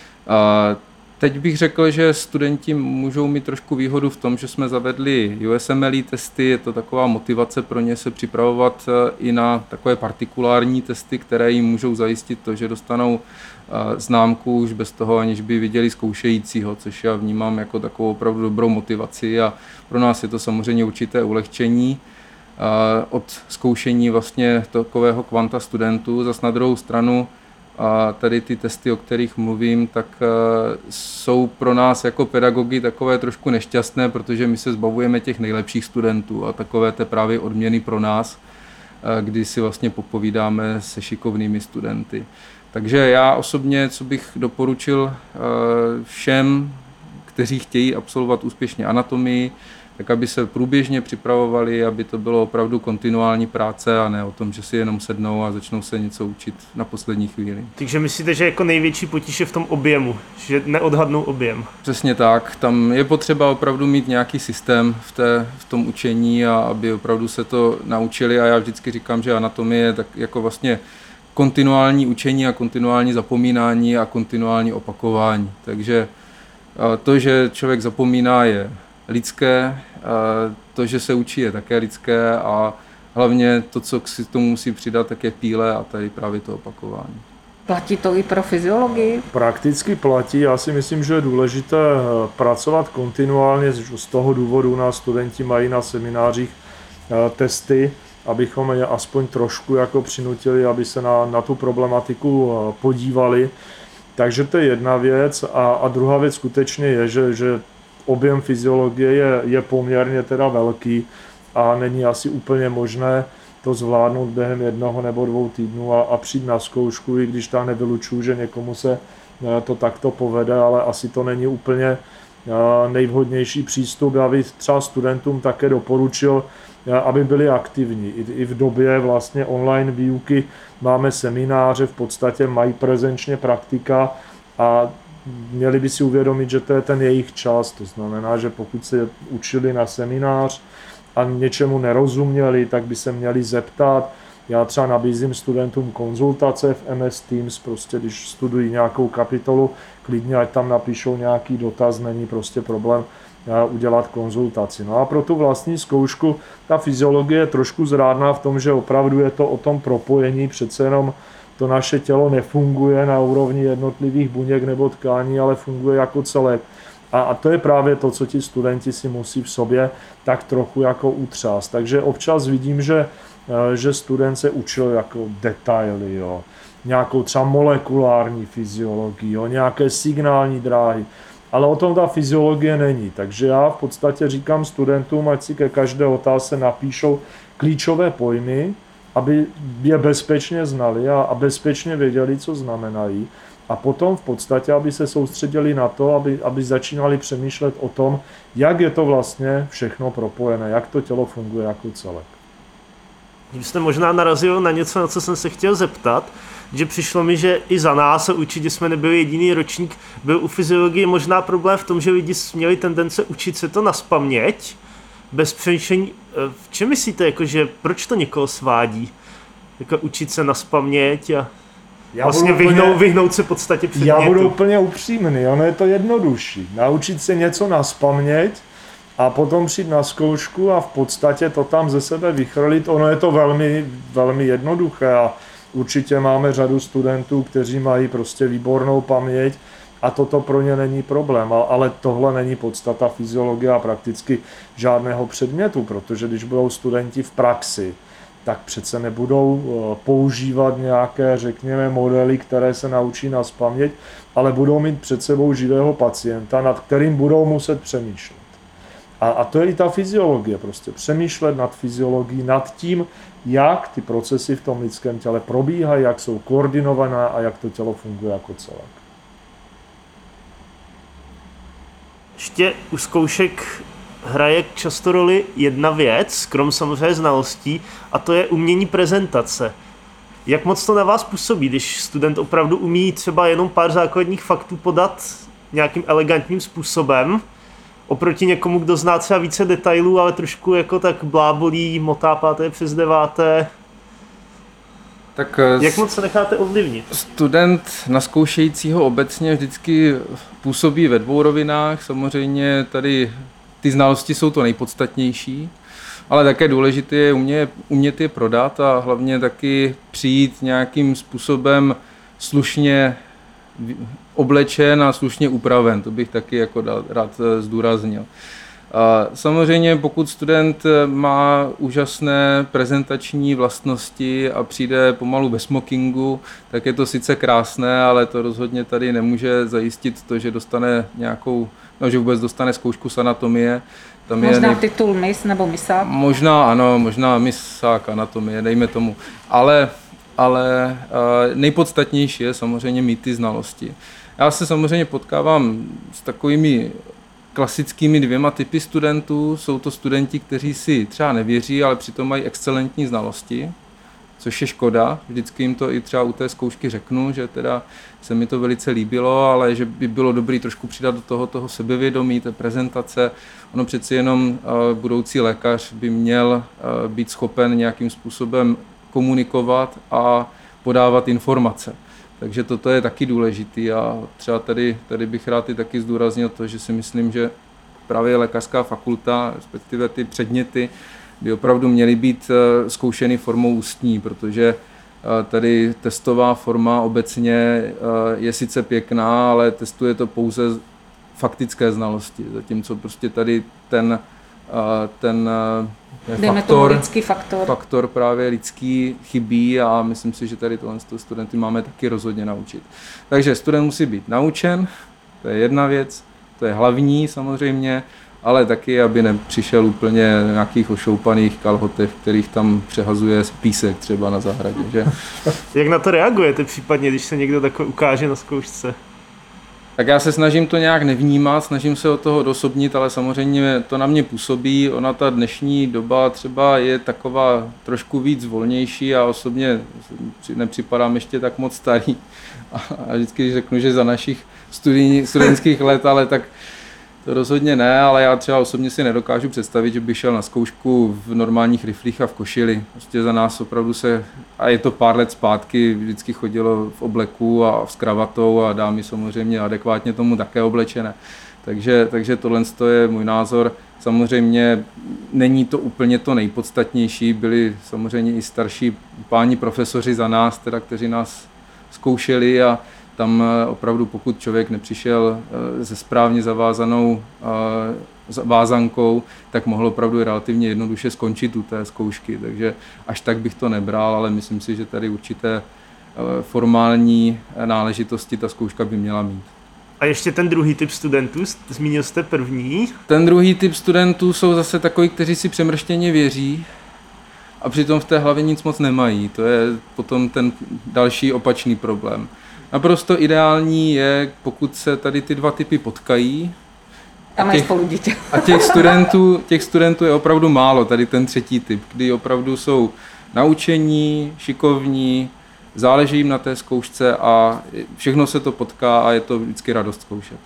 A teď bych řekl, že studenti můžou mít trošku výhodu v tom, že jsme zavedli U S M L testy, je to taková motivace pro ně se připravovat i na takové partikulární testy, které jim můžou zajistit to, že dostanou známku už bez toho, aniž by viděli zkoušejícího, což já vnímám jako takovou opravdu dobrou motivaci a pro nás je to samozřejmě určité ulehčení od zkoušení vlastně takového kvanta studentů. Zas na druhou stranu a tady ty testy, o kterých mluvím, tak jsou pro nás jako pedagogy takové trošku nešťastné, protože my se zbavujeme těch nejlepších studentů a takové té právě odměny pro nás, kdy si vlastně popovídáme se šikovnými studenty. Takže já osobně, co bych doporučil všem, kteří chtějí absolvovat úspěšně anatomii, tak aby se průběžně připravovali, aby to bylo opravdu kontinuální práce a ne o tom, že si jenom sednou a začnou se něco učit na poslední chvíli. Takže myslíte, že jako největší potíž je v tom objemu, že neodhadnou objem? Přesně tak, tam je potřeba opravdu mít nějaký systém v, té, v tom učení a aby opravdu se to naučili a já vždycky říkám, že anatomie je tak jako vlastně kontinuální učení a kontinuální zapomínání a kontinuální opakování. Takže to, že člověk zapomíná, je lidské, to, že se učí, je také lidské a hlavně to, co si tomu musí přidat, tak je píle a tady právě to opakování. Platí to i pro fyziologii? Prakticky platí. Já si myslím, že je důležité pracovat kontinuálně. Z toho důvodu nás studenti mají na seminářích testy, abychom je aspoň trošku jako přinutili, aby se na, na tu problematiku podívali. Takže to je jedna věc. A, a druhá věc skutečně je, že, že objem fyziologie je, je poměrně teda velký a není asi úplně možné to zvládnout během jednoho nebo dvou týdnů a, a přijít na zkoušku, i když tam nevylučuju, že někomu se to takto povede, ale asi to není úplně nejvhodnější přístup. Já bych třeba studentům také doporučil, aby byli aktivní. I, i v době vlastně online výuky máme semináře, v podstatě mají prezenčně praktika a měli by si uvědomit, že to je ten jejich čas. To znamená, že pokud se učili na seminář a něčemu nerozuměli, tak by se měli zeptat. Já třeba nabízím studentům konzultace v M S Teams, prostě když studují nějakou kapitolu, klidně ať tam napíšou nějaký dotaz, není prostě problém udělat konzultaci. No a pro tu vlastní zkoušku ta fyziologie je trošku zrádná v tom, že opravdu je to o tom propojení, přece jenom to naše tělo nefunguje na úrovni jednotlivých buněk nebo tkání, ale funguje jako celek. A, a to je právě to, co ti studenti si musí v sobě tak trochu jako utřást. Takže občas vidím, že, že student se učil jako detaily, jo. Nějakou třeba molekulární fyziologii, jo. Nějaké signální dráhy. Ale o tom ta fyziologie není. Takže já v podstatě říkám studentům, ať si ke každé otázce napíšou klíčové pojmy, aby je bezpečně znali a, a bezpečně věděli, co znamenají. A potom v podstatě, aby se soustředili na to, aby, aby začínali přemýšlet o tom, jak je to vlastně všechno propojené, jak to tělo funguje jako celek. Tím jste možná narazil na něco, na co jsem se chtěl zeptat, že přišlo mi, že i za nás, a určitě jsme nebyli jediný ročník, byl u fyziologie možná problém v tom, že lidi měli tendence učit se to nazpaměť, bez přemýšlení. V čem myslíte, jakože, proč to někoho svádí? Jako učit se nazpaměť a já vlastně vyhnout, úplně, vyhnout se podstatě předmětu. Já budu úplně upřímný, ono je to jednodušší. Naučit se něco nazpaměť a potom přijít na zkoušku a v podstatě to tam ze sebe vychrlit. Ono je to velmi, velmi jednoduché a určitě máme řadu studentů, kteří mají prostě výbornou paměť a toto pro ně není problém, ale tohle není podstata fyziologie a prakticky žádného předmětu, protože když budou studenti v praxi, tak přece nebudou používat nějaké, řekněme, modely, které se naučí nazpaměť, ale budou mít před sebou živého pacienta, nad kterým budou muset přemýšlet. A, a to je i ta fyziologie, prostě přemýšlet nad fyziologií, nad tím, jak ty procesy v tom lidském těle probíhají, jak jsou koordinované a jak to tělo funguje jako celek. Ještě u zkoušek hraje často roli jedna věc, krom samozřejmě znalostí, a to je umění prezentace. Jak moc to na vás působí, když student opravdu umí třeba jenom pár základních faktů podat nějakým elegantním způsobem, oproti někomu, kdo zná třeba více detailů, ale trošku jako tak blábolí, motá páté přes deváté. Tak Jak moc se necháte ovlivnit? Student na zkoušejícího obecně vždycky působí ve dvou rovinách. Samozřejmě tady ty znalosti jsou to nejpodstatnější, ale také důležité je umě, umět je prodat a hlavně taky přijít nějakým způsobem slušně oblečen a slušně upraven. To bych taky jako rád zdůraznil. A samozřejmě pokud student má úžasné prezentační vlastnosti a přijde pomalu ve smokingu, tak je to sice krásné, ale to rozhodně tady nemůže zajistit to, že dostane nějakou, no, že vůbec dostane zkoušku z anatomie. Tam Možná je nej... titul mis nebo misák? Možná ano, možná misák anatomie, dejme tomu. Ale, ale nejpodstatnější je samozřejmě mít ty znalosti. Já se samozřejmě potkávám s takovými klasickými dvěma typy studentů. Jsou to studenti, kteří si třeba nevěří, ale přitom mají excelentní znalosti, což je škoda. Vždycky jim to i třeba u té zkoušky řeknu, že teda se mi to velice líbilo, ale že by bylo dobré trošku přidat do toho, toho sebevědomí, té prezentace. Ono přeci jenom budoucí lékař by měl být schopen nějakým způsobem komunikovat a podávat informace. Takže toto je taky důležitý a třeba tady, tady bych rád i taky zdůraznil to, že si myslím, že právě lékařská fakulta, respektive ty předměty, by opravdu měly být zkoušeny formou ústní, protože tady testová forma obecně je sice pěkná, ale testuje to pouze faktické znalosti, zatímco prostě tady ten ten faktor, lidský faktor. faktor právě lidský chybí a myslím si, že tady tohle studenty máme taky rozhodně naučit. Takže student musí být naučen, to je jedna věc, to je hlavní samozřejmě, ale taky, aby nepřišel úplně nějakých ošoupaných kalhotech, kterých tam přehazuje písek třeba na zahradě. Že? Jak na to reagujete případně, když se někdo takový ukáže na zkoušce? Tak já se snažím to nějak nevnímat, snažím se od toho odosobnit, ale samozřejmě to na mě působí. Ona ta dnešní doba třeba je taková trošku víc volnější a osobně nepřipadám ještě tak moc starý. A vždycky, když řeknu, že za našich studijní, studentských let, ale tak to rozhodně ne, ale já třeba osobně si nedokážu představit, že bych šel na zkoušku v normálních riflích a v košili. Prostě za nás opravdu se, a je to pár let zpátky, vždycky chodilo v obleku a s kravatou a dámy samozřejmě adekvátně tomu také oblečené. Takže, takže tohle je můj názor. Samozřejmě není to úplně to nejpodstatnější, byli samozřejmě i starší páni profesoři za nás, teda, kteří nás zkoušeli a tam opravdu, pokud člověk nepřišel se správně zavázanou vázankou, tak mohl opravdu relativně jednoduše skončit u té zkoušky. Takže až tak bych to nebral, ale myslím si, že tady určité formální náležitosti ta zkouška by měla mít. A ještě ten druhý typ studentů, zmínil jste první. Ten druhý typ studentů jsou zase takový, kteří si přemrštěně věří a přitom v té hlavě nic moc nemají. To je potom ten další opačný problém. Naprosto ideální je, pokud se tady ty dva typy potkají. A mají spolu dítě. A těch studentů, těch studentů je opravdu málo, tady ten třetí typ, kdy opravdu jsou naučení, šikovní, záleží jim na té zkoušce a všechno se to potká a je to vždycky radost zkoušet.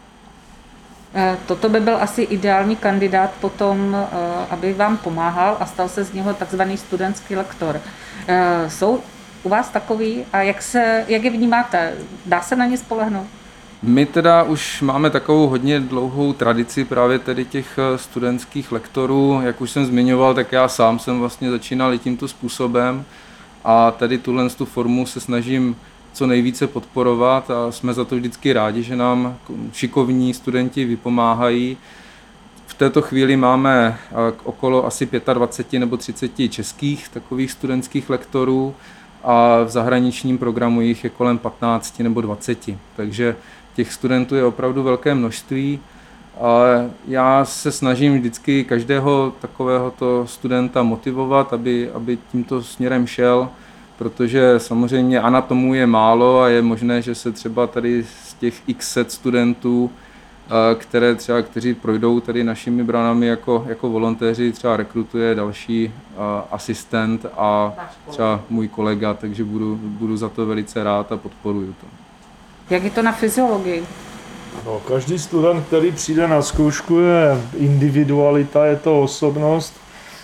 Toto by byl asi ideální kandidát potom, aby vám pomáhal a stal se z něho takzvaný studentský lektor. Jsou u vás takový a jak, se, jak je vnímáte? Dá se na ně spolehnout? My teda už máme takovou hodně dlouhou tradici právě tedy těch studentských lektorů. Jak už jsem zmiňoval, tak já sám jsem vlastně začínal i tímto způsobem a tady tuhle tu formu se snažím co nejvíce podporovat a jsme za to vždycky rádi, že nám šikovní studenti vypomáhají. V této chvíli máme okolo asi dvacet pět nebo třicet českých takových studentských lektorů a v zahraničním programu jich je kolem patnáct nebo dvacet. Takže těch studentů je opravdu velké množství. A já se snažím vždycky každého takovéhoto studenta motivovat, aby, aby tímto směrem šel, protože samozřejmě anatomů je málo a je možné, že se třeba tady z těch x set studentů které třeba, kteří projdou tady našimi branami jako, jako volontéři, třeba rekrutuje další asistent a třeba můj kolega, takže budu, budu za to velice rád a podporuju to. Jak je to na fyziologii? No, každý student, který přijde na zkoušku, je individualita, je to osobnost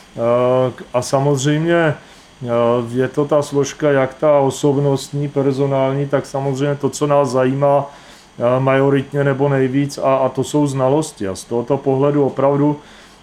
a samozřejmě je to ta složka, jak ta osobnostní, personální, tak samozřejmě to, co nás zajímá majoritně nebo nejvíc, a, a to jsou znalosti. A z tohoto pohledu opravdu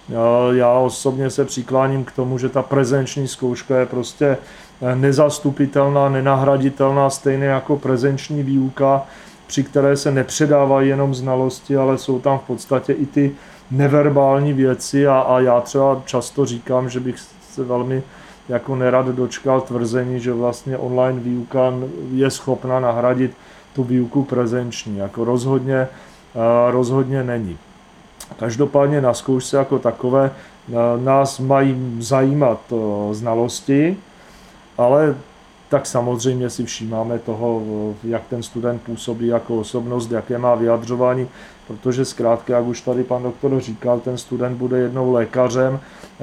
já osobně se přikláním k tomu, že ta prezenční zkouška je prostě nezastupitelná, nenahraditelná, stejně jako prezenční výuka, při které se nepředávají jenom znalosti, ale jsou tam v podstatě i ty neverbální věci a, a já třeba často říkám, že bych se velmi jako nerad dočkal tvrzení, že vlastně online výuka je schopna nahradit tu výuku prezenční, jako rozhodně, rozhodně není. Každopádně na zkoušce jako takové nás mají zajímat znalosti, ale tak samozřejmě si všímáme toho, jak ten student působí jako osobnost, jaké má vyjadřování, protože zkrátka, jak už tady pan doktor říkal, ten student bude jednou lékařem,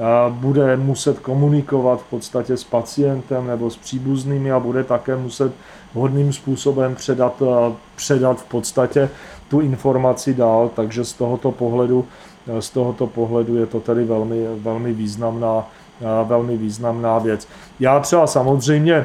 bude muset komunikovat v podstatě s pacientem nebo s příbuznými a bude také muset vhodným způsobem předat, předat v podstatě tu informaci dál, takže z tohoto pohledu, z tohoto pohledu je to tedy velmi, velmi významná, velmi významná věc. Já třeba samozřejmě,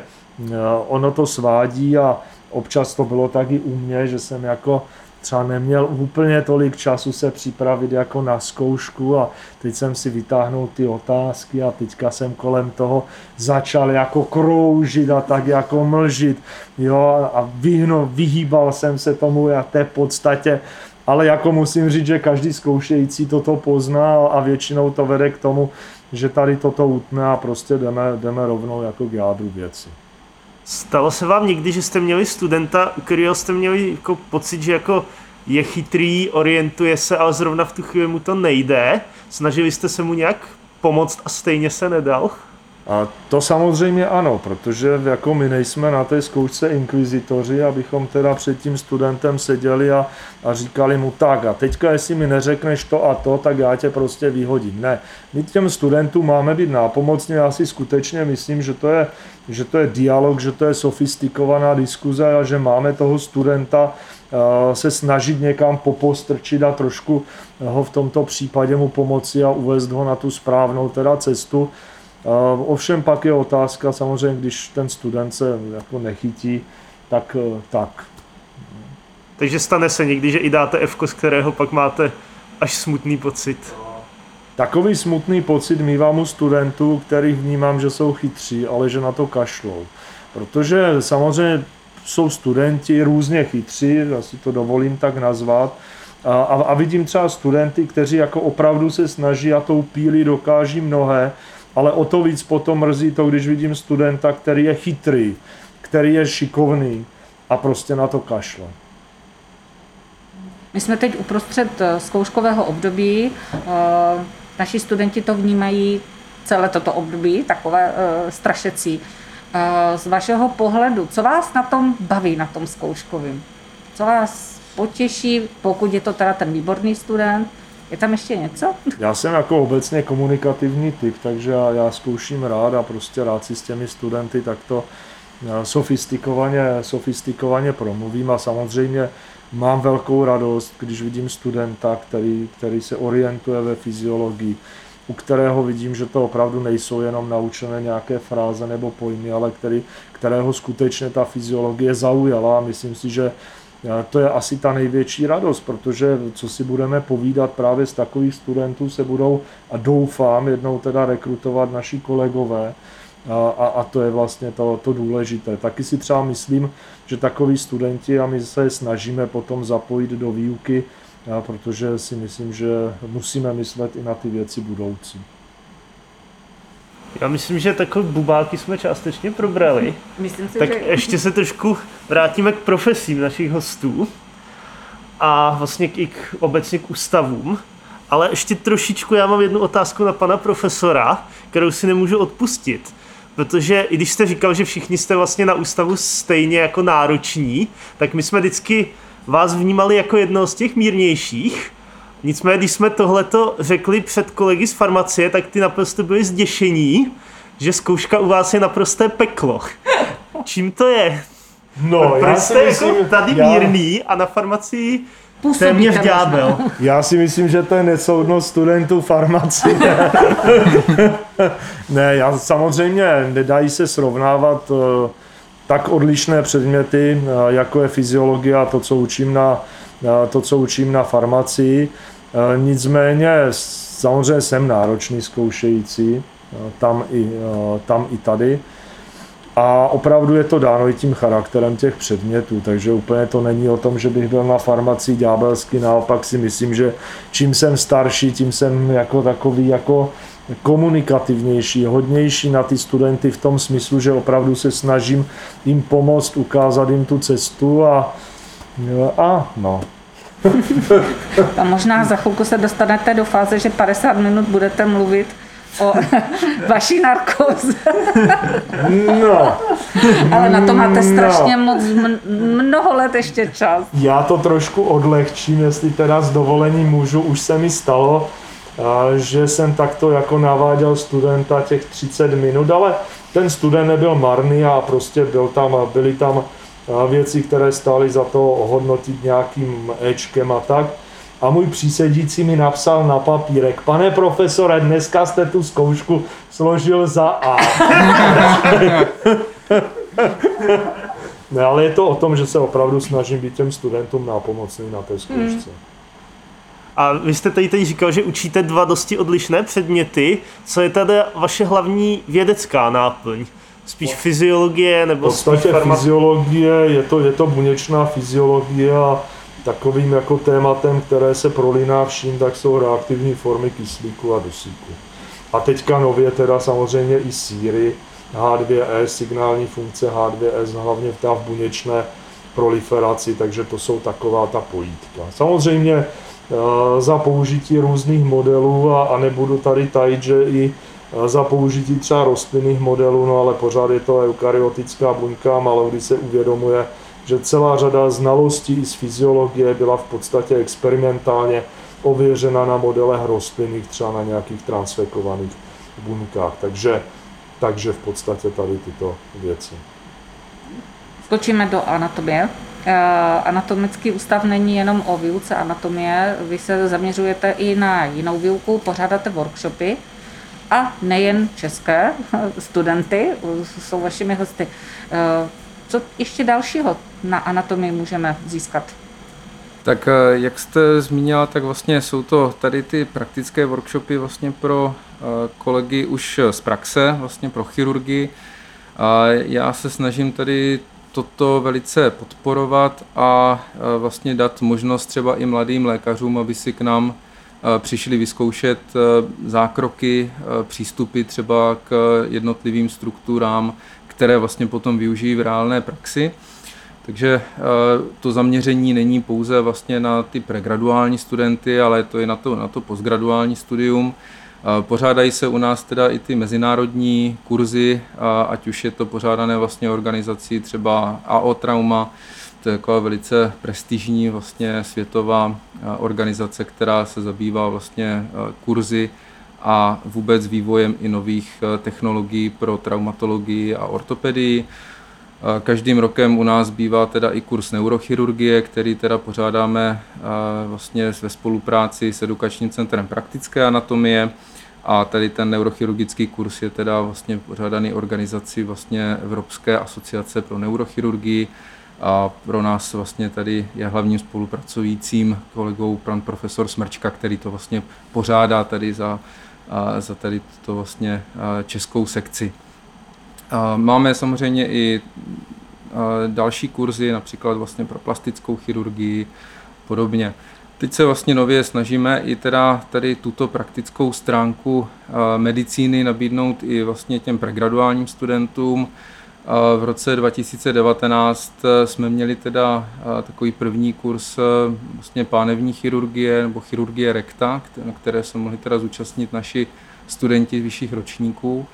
ono to svádí a občas to bylo tak i u mě, že jsem jako třeba neměl úplně tolik času se připravit jako na zkoušku a teď jsem si vytáhnul ty otázky a teďka jsem kolem toho začal jako kroužit a tak jako mlžit, jo, a vyhno, vyhýbal jsem se tomu a té podstatě, ale jako musím říct, že každý zkoušející toto pozná a většinou to vede k tomu, že tady toto utne a prostě jdeme, jdeme rovnou jako k jádru věci. Stalo se vám někdy, že jste měli studenta, u kterého jste měli jako pocit, že jako je chytrý, orientuje se, ale zrovna v tu chvíli mu to nejde? Snažili jste se mu nějak pomoct a stejně se nedal? A to samozřejmě ano, protože jako my nejsme na té zkoušce inkvizitoři, abychom teda před tím studentem seděli a, a říkali mu tak a teďka jestli mi neřekneš to a to, tak já tě prostě vyhodím. Ne, my těm studentům máme být nápomocní, já si skutečně myslím, že to je, že to je dialog, že to je sofistikovaná diskuze a že máme toho studenta se snažit někam popostrčit a trošku ho v tomto případě mu pomoci a uvést ho na tu správnou teda cestu. Ovšem pak je otázka, samozřejmě, když ten student se jako nechytí, tak tak. Takže stane se někdy, že i dáte F-ko, z kterého pak máte až smutný pocit. Takový smutný pocit mívám u studentů, kterých vnímám, že jsou chytří, ale že na to kašlou. Protože samozřejmě jsou studenti různě chytří, já si to dovolím tak nazvat, a, a, a vidím třeba studenty, kteří jako opravdu se snaží a tou pílí dokáží mnohé, ale o to víc potom mrzí to, když vidím studenta, který je chytrý, který je šikovný a prostě na to kašle. My jsme teď uprostřed zkouškového období. Naši studenti to vnímají celé toto období, takové strašecí. Z vašeho pohledu, co vás na tom baví, na tom zkouškovém? Co vás potěší, pokud je to teda ten výborný student? Je tam ještě něco? Já jsem jako obecně komunikativní typ, takže já, já zkouším rád a prostě rád si s těmi studenty takto sofistikovaně, sofistikovaně promluvím a samozřejmě mám velkou radost, když vidím studenta, který, který se orientuje ve fyziologii, u kterého vidím, že to opravdu nejsou jenom naučené nějaké fráze nebo pojmy, ale který, kterého skutečně ta fyziologie zaujala a myslím si, že to je asi ta největší radost, protože co si budeme povídat, právě z takových studentů se budou a doufám jednou teda rekrutovat naši kolegové a, a, a to je vlastně to, to důležité. Taky si třeba myslím, že takoví studenti a my se snažíme potom zapojit do výuky, protože si myslím, že musíme myslet i na ty věci budoucí. Já myslím, že takové bubáky jsme částečně probrali. Myslím si, tak že... ještě se trošku vrátíme k profesím našich hostů a vlastně k, i k, obecně k ústavům. Ale ještě trošičku já mám jednu otázku na pana profesora, kterou si nemůžu odpustit. Protože i když jste říkal, že všichni jste vlastně na ústavu stejně jako nároční, tak my jsme vždycky vás vnímali jako jednoho z těch mírnějších. Nicméně, když jsme tohleto řekli před kolegy z farmacie, tak ty naprosto byli zděšení, že zkouška u vás je naprosté peklo. Čím to je? No, já Proč si jste myslím, jako tady já, mírný a na farmacii Působíte téměř možná. ďábel? já si myslím, že to je nesoudnost studentů farmacie. Ne, já samozřejmě nedají se srovnávat uh, tak odlišné předměty, uh, jako je fyziologie a to, co učím na, uh, to, co učím na farmacii. Uh, nicméně samozřejmě jsem náročný zkoušející, uh, tam i, uh, tam i tady. A opravdu je to dáno i tím charakterem těch předmětů, takže úplně to není o tom, že bych byl na farmacii ďábelský, naopak si myslím, že čím jsem starší, tím jsem jako takový jako komunikativnější, hodnější na ty studenty v tom smyslu, že opravdu se snažím jim pomoct, ukázat jim tu cestu a, a no. A možná za chvilku se dostanete do fáze, že padesát minut budete mluvit o vaší narkóze. No. Ale na to máte No. strašně moc, mnoho let ještě čas. Já to trošku odlehčím, jestli teda s dovolením můžu, už se mi stalo, a, že jsem takto jako naváděl studenta těch třicet minut, ale ten student nebyl marný a prostě byl tam, byly tam a, věci, které stály za to ohodnotit nějakým éčkem a tak. A můj přísedící mi napsal na papírek: pane profesore, dneska jste tu zkoušku složil za A. Ne, ale je to o tom, že se opravdu snažím být těm studentům nápomocný na té zkoušce. Hmm. A vy jste tady teď říkal, že učíte dva dosti odlišné předměty. Co je tady vaše hlavní vědecká náplň? Spíš fyziologie V nebo spíš podstatě farma... fyziologie, je to, je to buněčná fyziologie a takovým jako tématem, které se prolíná vším, tak jsou reaktivní formy kyslíku a dusíku. A teďka nově teda samozřejmě i síry, H dvě S, signální funkce H dvě S, hlavně v v buněčné proliferaci, takže to jsou taková ta pojítka. Samozřejmě e, za použití různých modelů a, a nebudu tady tajit, že i za použití třeba rostlinných modelů, no ale pořád je to eukaryotická buňka, málo kdy se uvědomuje, že celá řada znalostí i z fyziologie byla v podstatě experimentálně ověřena na modelech rostlinných, třeba na nějakých transfekovaných buňkách. Takže, takže v podstatě tady tyto věci. Skočíme do anatomie. Anatomický ústav není jenom o výuce anatomie, vy se zaměřujete i na jinou výuku, pořádáte workshopy a nejen české studenty jsou vašimi hosty. Co ještě dalšího na anatomii můžeme získat? Tak jak jste zmínila, tak vlastně jsou to tady ty praktické workshopy vlastně pro kolegy už z praxe, vlastně pro chirurgii. A já se snažím tady toto velice podporovat a vlastně dát možnost třeba i mladým lékařům, aby si k nám přišli vyzkoušet zákroky, přístupy třeba k jednotlivým strukturám, které vlastně potom využijí v reálné praxi. Takže to zaměření není pouze vlastně na ty pregraduální studenty, ale to je na to, na to postgraduální studium. Pořádají se u nás teda i ty mezinárodní kurzy, ať už je to pořádané vlastně organizací třeba A O Trauma, to je taková velice prestižní vlastně světová organizace, která se zabývá vlastně kurzy a vůbec vývojem i nových technologií pro traumatologii a ortopedii. Každým rokem u nás bývá teda i kurz neurochirurgie, který teda pořádáme vlastně ve spolupráci s Edukačním centrem praktické anatomie. A tady ten neurochirurgický kurz je teda vlastně pořádaný organizací vlastně Evropské asociace pro neurochirurgii. A pro nás vlastně tady je hlavním spolupracujícím kolegou pan profesor Smrčka, který to vlastně pořádá tady za, za tady to vlastně českou sekci. Máme samozřejmě i další kurzy, například vlastně pro plastickou chirurgii podobně. Teď se vlastně nově snažíme i teda tady tuto praktickou stránku medicíny nabídnout i vlastně těm pregraduálním studentům. V roce dva tisíce devatenáct jsme měli teda takový první kurz vlastně pánevní chirurgie nebo chirurgie rekta, na které se mohli teda zúčastnit naši studenti vyšších ročníků.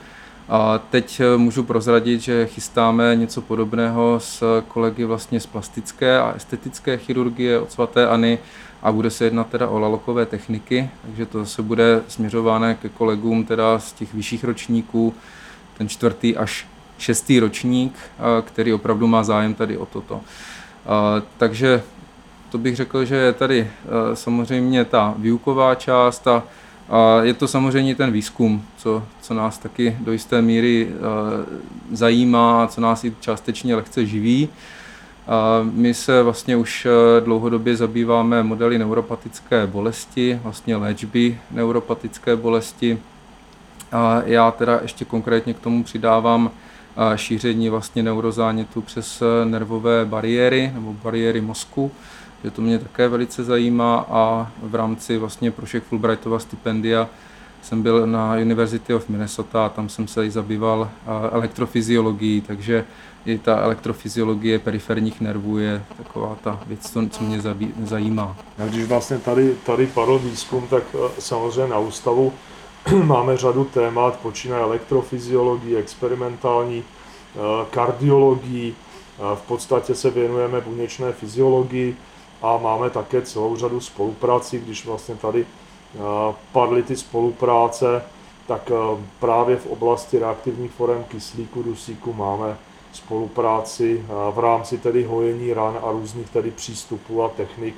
A teď můžu prozradit, že chystáme něco podobného s kolegy vlastně z plastické a estetické chirurgie od svaté Anny a bude se jednat teda o lalokové techniky, takže to zase bude směřováno ke kolegům teda z těch vyšších ročníků, ten čtvrtý až šestý ročník, který opravdu má zájem tady o toto. Takže to bych řekl, že je tady samozřejmě ta výuková část a je to samozřejmě ten výzkum, co, co nás taky do jisté míry zajímá, co nás i částečně lehce živí. My se vlastně už dlouhodobě zabýváme modely neuropatické bolesti, vlastně léčby neuropatické bolesti. Já teda ještě konkrétně k tomu přidávám šíření vlastně neurozánětu přes nervové bariéry nebo bariéry mozku, že to mě také velice zajímá a v rámci vlastně Prošek Fulbrightova stipendia jsem byl na University of Minnesota a tam jsem se i zabýval elektrofyziologií, takže i ta elektrofyziologie periferních nervů je taková ta věc, co mě zajímá. A když vlastně tady, tady padl výzkum, tak samozřejmě na ústavu máme řadu témat, počínaje elektrofyziologii, experimentální kardiologii, v podstatě se věnujeme buněčné fyziologii a máme také celou řadu spoluprací, když vlastně tady padly ty spolupráce, tak právě v oblasti reaktivních forem kyslíku, dusíku máme spolupráci v rámci tedy hojení ran a různých tedy přístupů a technik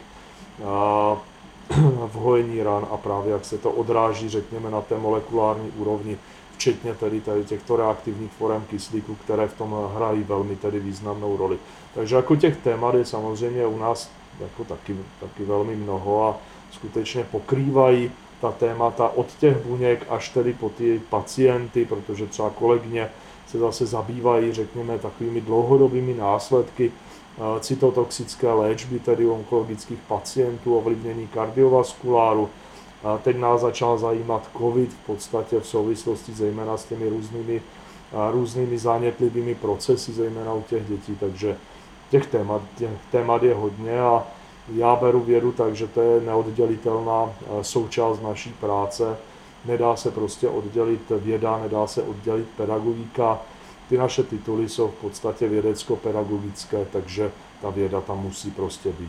v hojení ran a právě jak se to odráží, řekněme, na té molekulární úrovni, včetně tedy, tedy těchto reaktivních forem kyslíku, které v tom hrají velmi tedy významnou roli. Takže jako těch témat je samozřejmě u nás jako taky, taky velmi mnoho a skutečně pokrývají ta témata od těch buněk až tedy po ty pacienty, protože třeba kolegyně se zase zabývají, řekněme, takovými dlouhodobými následky cytotoxické léčby, tedy u onkologických pacientů, ovlivnění kardiovaskuláru. A teď nás začal zajímat COVID v podstatě v souvislosti zejména s těmi různými, různými zánětlivými procesy, zejména u těch dětí, takže těch témat, těch témat je hodně a já beru vědu tak, že to je neoddělitelná součást naší práce. Nedá se prostě oddělit věda, nedá se oddělit pedagogika. Ty naše tituly jsou v podstatě vědecko-pedagogické, takže ta věda tam musí prostě být.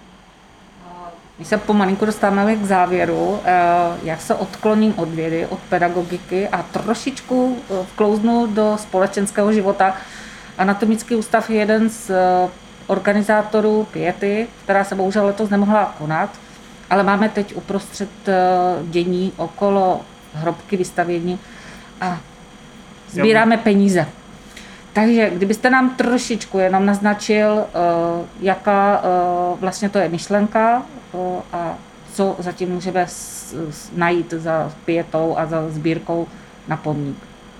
My se pomalinku dostáváme k závěru. Já se odkloním od vědy, od pedagogiky a trošičku vklouznu do společenského života. Anatomický ústav je jeden z organizátorů Piety, která se bohužel letos nemohla konat, ale máme teď uprostřed dění okolo hrobky vystavění a sbíráme peníze. Takže kdybyste nám trošičku jenom naznačil, jaká vlastně to je myšlenka a co zatím můžeme najít za Pietou a za sbírkou na pomník.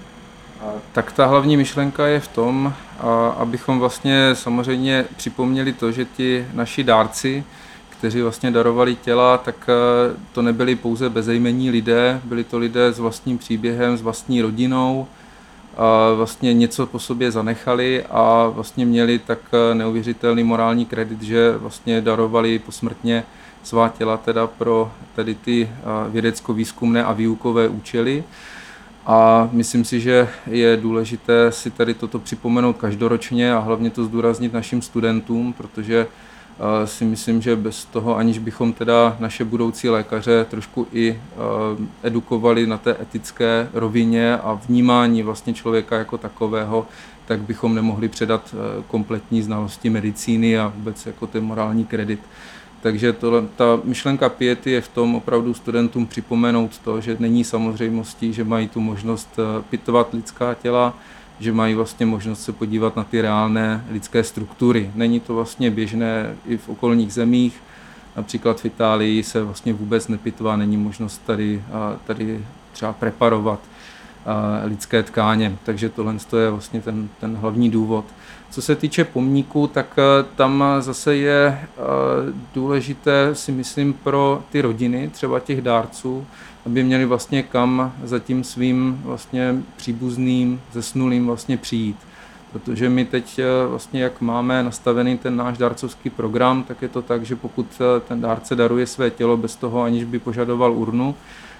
Tak ta hlavní myšlenka je v tom, abychom vlastně samozřejmě připomněli to, že ti naši dárci, kteří vlastně darovali těla, tak to nebyli pouze bezejmenní lidé, byli to lidé s vlastním příběhem, s vlastní rodinou, a vlastně něco po sobě zanechali a vlastně měli tak neuvěřitelný morální kredit, že vlastně darovali posmrtně svá těla teda pro tedy ty vědecko-výzkumné a výukové účely. A myslím si, že je důležité si tady toto připomenout každoročně a hlavně to zdůraznit našim studentům, protože si myslím, že bez toho, aniž bychom teda naše budoucí lékaře trošku i edukovali na té etické rovině a vnímání vlastně člověka jako takového, tak bychom nemohli předat kompletní znalosti medicíny a vůbec jako ten morální kredit. Takže to, ta myšlenka Piety je v tom opravdu studentům připomenout to, že není samozřejmostí, že mají tu možnost pitovat lidská těla, že mají vlastně možnost se podívat na ty reálné lidské struktury. Není to vlastně běžné i v okolních zemích, například v Itálii se vlastně vůbec nepitvá, není možnost tady, tady třeba preparovat lidské tkáně, takže tohle je vlastně ten, ten hlavní důvod. Co se týče pomníku, tak tam zase je důležité, si myslím, pro ty rodiny, třeba těch dárců, aby měli vlastně kam za tím svým vlastně příbuzným, zesnulým vlastně přijít. Protože my teď vlastně, jak máme nastavený ten náš dárcovský program, tak je to tak, že pokud ten dárce daruje své tělo bez toho, aniž by požadoval urnu,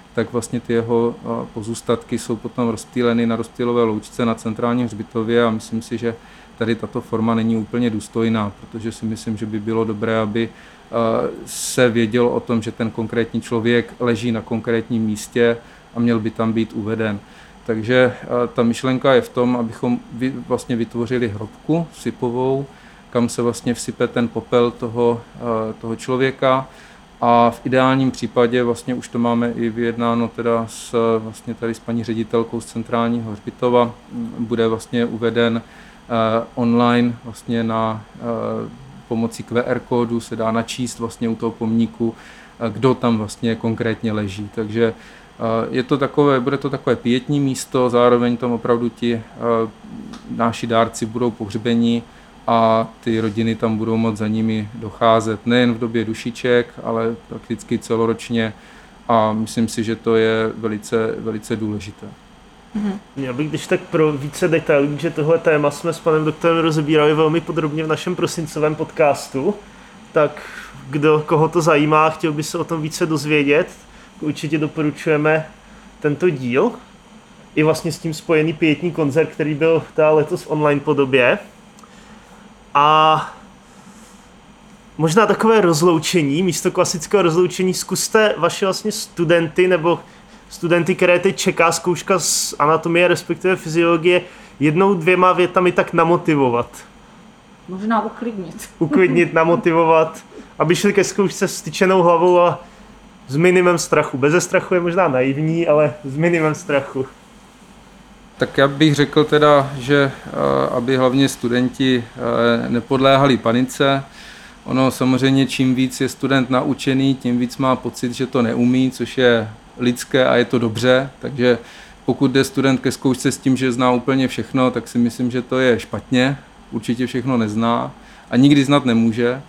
tak vlastně ty jeho pozůstatky jsou potom rozptýleny na rozptýlové loučce na centrálním hřbitově a myslím si, že tady tato forma není úplně důstojná, protože si myslím, že by bylo dobré, aby se vědělo o tom, že ten konkrétní člověk leží na konkrétním místě a měl by tam být uveden. Takže ta myšlenka je v tom, abychom vlastně vytvořili hrobku sypovou, kam se vlastně vsype ten popel toho, toho člověka a v ideálním případě vlastně už to máme i vyjednáno teda s, vlastně tady s paní ředitelkou z centrálního hřbitova, bude vlastně uveden online vlastně na pomocí Q R kódu se dá načíst vlastně u toho pomníku, kdo tam vlastně konkrétně leží. Takže je to takové, bude to takové pietní místo, zároveň tam opravdu ti naši dárci budou pohřbeni a ty rodiny tam budou moct za nimi docházet nejen v době dušiček, ale prakticky celoročně a myslím si, že to je velice, velice důležité. Já bych když tak pro více detailů, že tohle téma jsme s panem doktorem rozebírali velmi podrobně v našem prosincovém podcastu, tak kdo, koho to zajímá, chtěl by se o tom více dozvědět, určitě doporučujeme tento díl. I vlastně s tím spojený pietní koncert, který byl teda letos v online podobě. A možná takové rozloučení, místo klasického rozloučení, zkuste vaše vlastně studenty nebo studenty, které teď čeká zkouška z anatomie, respektive fyziologie, jednou, dvěma větami tak namotivovat. Možná uklidnit. Uklidnit, namotivovat, aby šli ke zkoušce s tyčenou hlavou a s minimem strachu. Beze strachu je možná naivní, ale s minimem strachu. Tak já bych řekl teda, že aby hlavně studenti nepodléhali panice. Ono samozřejmě čím víc je student naučený, tím víc má pocit, že to neumí, což je lidské a je to dobře. Takže pokud jde student ke zkoušce s tím, že zná úplně všechno, tak si myslím, že to je špatně. Určitě všechno nezná a nikdy znát nemůže.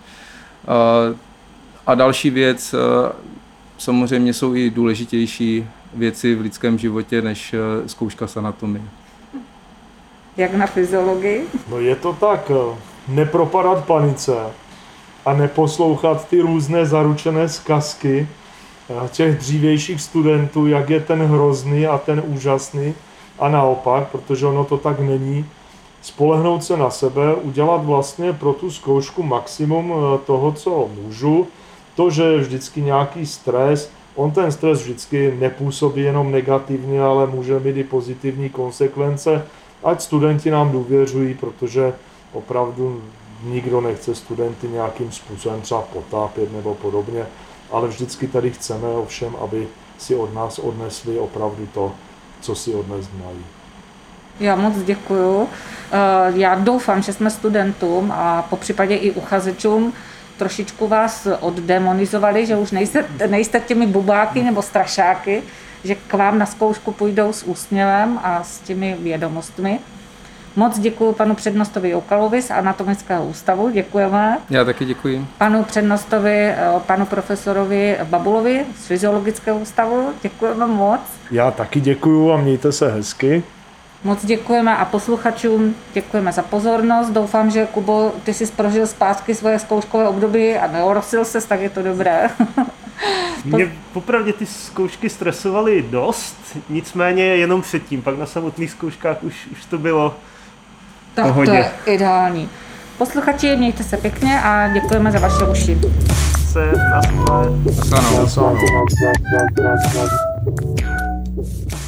A další věc, samozřejmě jsou i důležitější věci v lidském životě než zkouška z anatomie. Jak na fyziologii? No je to tak, nepropadat panice a neposlouchat ty různé zaručené zkazky těch dřívějších studentů, jak je ten hrozný a ten úžasný a naopak, protože ono to tak není. Spolehnout se na sebe, udělat vlastně pro tu zkoušku maximum toho, co můžu. To, že je vždycky nějaký stres, on ten stres vždycky nepůsobí jenom negativně, ale může mít i pozitivní konsekvence. Ať studenti nám důvěřují, protože opravdu nikdo nechce studenty nějakým způsobem třeba potápět nebo podobně, ale vždycky tady chceme ovšem, aby si od nás odnesli opravdu to, co si odnes mají. Já moc děkuju. Já doufám, že jsme studentům a popřípadě i uchazečům trošičku vás oddemonizovali, že už nejste, nejste těmi bubáky nebo strašáky, že k vám na zkoušku půjdou s úsměvem a s těmi vědomostmi. Moc děkuji panu přednostovi Joukalovi z Anatomického ústavu, děkujeme. Já taky děkuji. Panu přednostovi, panu profesorovi Babulovi z Fyziologického ústavu, děkujeme moc. Já taky děkuju a mějte se hezky. Moc děkujeme a posluchačům děkujeme za pozornost. Doufám, že Kubo, ty jsi prožil zpátky svoje zkouškové období a neorosil ses, tak je to dobré. Mě popravdě ty zkoušky stresovaly dost, nicméně jenom předtím, pak na samotných zkouškách už, už to bylo tak pohodě. To je ideální. Posluchači, mějte se pěkně a děkujeme za vaše uši. Se, naschle. Naschledanou. Naschledanou.